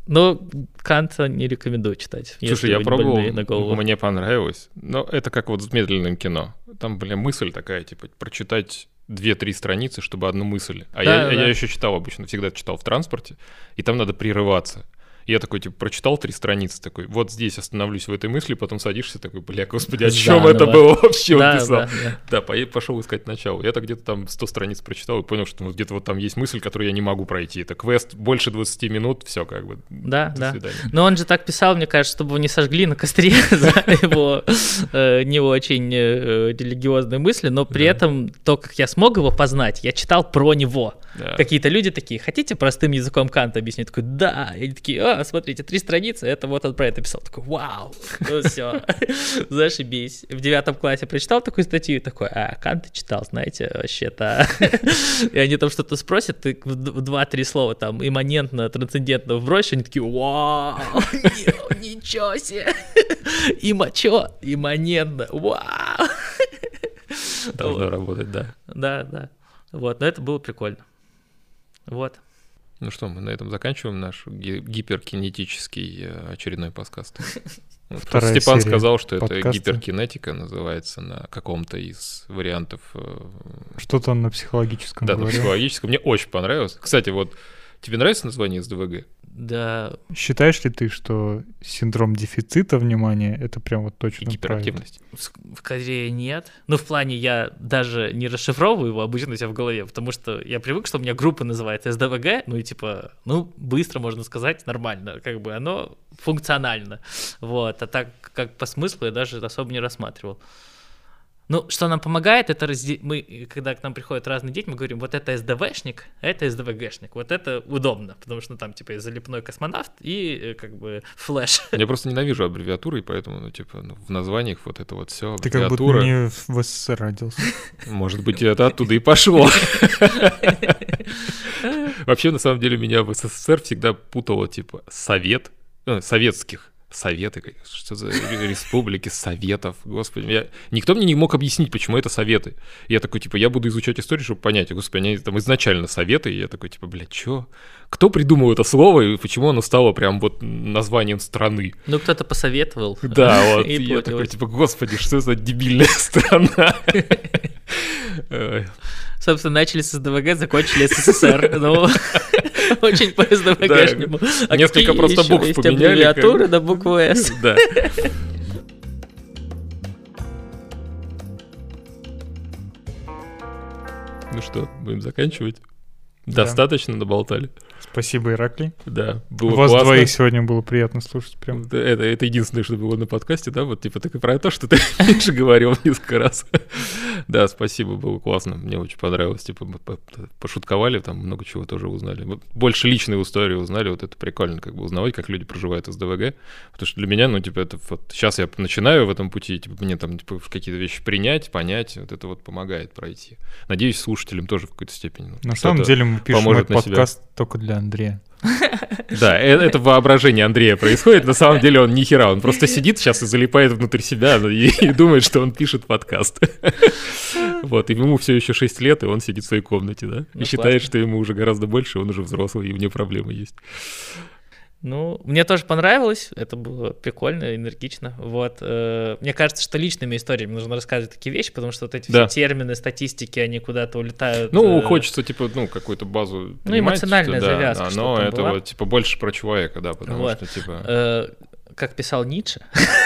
Ну, Канта не рекомендую читать. Слушай, я пробовал, мне понравилось. Но это как вот с медленным кино. Там, бля, мысль такая, типа, прочитать две-три страницы, чтобы одну мысль. А Да, я, да. я еще читал обычно, всегда читал в транспорте, и там надо прерываться. И я такой, типа, прочитал три страницы, такой, вот здесь остановлюсь в этой мысли, потом садишься, такой, бля, господи, о чем Заново. это было вообще, он Да, писал. да, да. Да, по- пошел искать начало. Я-то где-то там сто страниц прочитал и понял, что ну, где-то вот там есть мысль, которую я не могу пройти. Это квест больше двадцати минут, все как бы. Да, До да. свидания. Но он же так писал, мне кажется, чтобы его не сожгли на костре за его э, не очень э, религиозные мысли, но при Да. этом то, как я смог его познать, я читал про него. Да. Какие-то люди такие, хотите простым языком Канта объяснить? Такой, да. И они такие, а, смотрите, три страницы, это вот он про это писал. Такой, вау, ну все, зашибись. В девятом классе прочитал такую статью и такой, а, Канта читал, знаете, вообще-то. И они там что-то спросят, ты в д- в два-три слова там имманентно, трансцендентно вбросишь, они такие, вау, ни- ничего себе. Имачо, имманентно, вау. Должно работать, да. Да, да. Вот, но это было прикольно. Вот. Ну что, мы на этом заканчиваем наш ги- гиперкинетический э, очередной подкаст. Вот Вторая Степан серия сказал, что это подкаста. гиперкинетика называется на каком-то из вариантов. э, Что-то он на психологическом Да, на говорил. психологическом. Мне очень понравилось. Кстати, вот тебе нравится название эс дэ вэ гэ? Да, Считаешь ли ты, что синдром дефицита внимания — это прям вот И точно правильно? гиперактивность. с- скорее нет. Ну, в плане я даже не расшифровываю его обычно у себя в голове, потому что я привык, что у меня группа называется эс дэ вэ гэ, ну и типа, ну, быстро можно сказать, нормально, как бы оно функционально. Вот, а так как по смыслу я даже особо не рассматривал. Ну, что нам помогает, это разде... мы, когда к нам приходят разные дети, мы говорим, вот это эс дэ вэ-шник, а это эс дэ вэ гэ-шник. Вот это удобно, потому что ну, там типа и залипной космонавт и э, как бы флэш. Я просто ненавижу аббревиатуры, и поэтому, ну, типа, ну, в названиях вот это вот все Ты как будто аббревиатура. не в в эс эс эс эр родился. Может быть, это оттуда и пошло. Вообще, на самом деле, меня в эс эс эс эр всегда путало, типа, совет, э, советских, советы, как- что за республики, советов, господи. Я... Никто мне не мог объяснить, почему это советы. Я такой, типа, я буду изучать историю, чтобы понять, господи, они там изначально советы, и я такой, типа, блядь, чё? Кто придумал это слово, и почему оно стало прям вот названием страны? Ну, кто-то посоветовал. Да, вот, И и я такой, появилось. типа, господи, что за дебильная страна? Ой. Собственно, начали с эс дэ вэ гэ, закончили эс эс эс эр. Ну, очень по эс дэ вэ гэ-шному. А Несколько какие просто ещё букв есть поменяли, как аббревиатуры бы. на букву «С». Да. Ну что, будем заканчивать? Да. Достаточно наболтали? Спасибо, Ираклий. Да, было Вас классно. двоих сегодня было приятно слушать прям. Это, это, это единственное, что было на подкасте, да? Вот типа так и про то, что ты меньше говорил несколько раз. Да, спасибо, было классно. Мне очень понравилось. Типа мы по- пошутковали, там много чего тоже узнали. Вот больше личной истории узнали. Вот это прикольно, как бы узнавать, как люди проживают эс дэ вэ гэ. Потому что для меня, ну, типа, это вот сейчас я начинаю в этом пути, типа, мне там типа, какие-то вещи принять, понять. Вот это вот помогает пройти. Надеюсь, слушателям тоже в какой-то степени. ну, На самом что-то деле мы пишем поможет этот на себя. подкаст только для Андрея. Да, э- это воображение Андрея происходит. На самом деле он ни хера, он просто сидит сейчас и залипает внутрь себя ну, и, и думает, что он пишет подкаст. Вот, и ему все еще шесть лет, и он сидит в своей комнате, да? Ну, И считает, классно. что ему уже гораздо больше, он уже взрослый, и у него проблемы есть. Ну, мне тоже понравилось, это было прикольно, энергично. Вот. э, Мне кажется, что личными историями нужно рассказывать такие вещи, потому что вот эти Да. все термины, статистики, они куда-то улетают. Ну, э, хочется, типа, ну, какую-то базу Ну, понимать, эмоциональная что да, завязка, да, чтобы но там это была. вот, типа, больше про человека, да, потому Вот. что, типа... э, Как писал Ницше.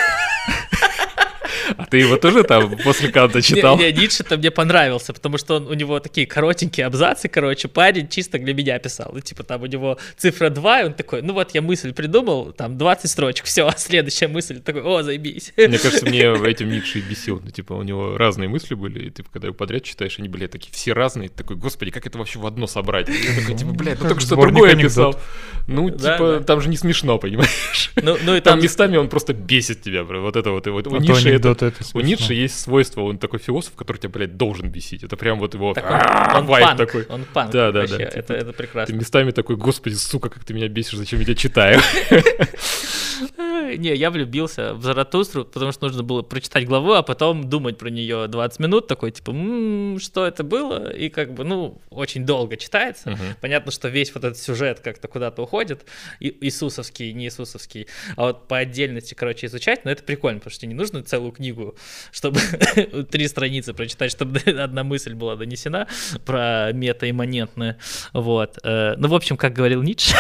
А ты его тоже там после Канта читал? Не, не, Ницше-то мне понравился, потому что он, у него такие коротенькие абзацы, короче, парень чисто для меня писал. И типа там у него цифра два, и он такой, ну вот я мысль придумал, там двадцать строчек, все, следующая мысль, такой, о, заебись. Мне кажется, мне этим Ницше и бесил. Ну, типа, у него разные мысли были, и ты, когда его подряд читаешь, они, блядь, такие все разные. Ты такой, господи, как это вообще в одно собрать? И я такой, типа, блядь, ну Как только что сборник другое анекдот. писал. Ну, Да, типа, да. там же не смешно, понимаешь? Ну, ну и Там там, местами он просто бесит тебя, бро. Вот это вот. И вот у А то Ницше это... анекдоты это У смешно. Ницше есть свойство, он такой философ, который тебя, блядь, должен бесить. Это прям вот его так а, он, он вайб панк, такой. он панк Да, да, вообще, да, это, типа, это Ты прекрасно. местами такой, господи, сука, как ты меня бесишь, зачем я тебя читаю? главы. Не, я влюбился в Заратустру, потому что нужно было прочитать главу, а потом думать про нее двадцать минут, такой, типа, м-м, что это было? И как бы, ну, очень долго читается. Uh-huh. Понятно, что весь вот этот сюжет как-то куда-то уходит, и- иисусовский, не иисусовский, а вот по отдельности, короче, изучать, но это прикольно, потому что не нужно целую книгу, чтобы три страницы прочитать, чтобы одна мысль была донесена про мета-имманентное. Вот. Ну, в общем, как говорил Ницше,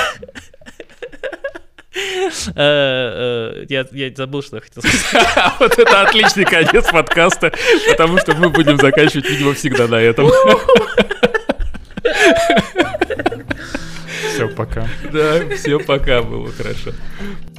я, я забыл, что я хотел сказать. Вот это отличный конец подкаста, потому что мы будем заканчивать, видимо, всегда на этом. Все, пока. Да, все, пока, было хорошо.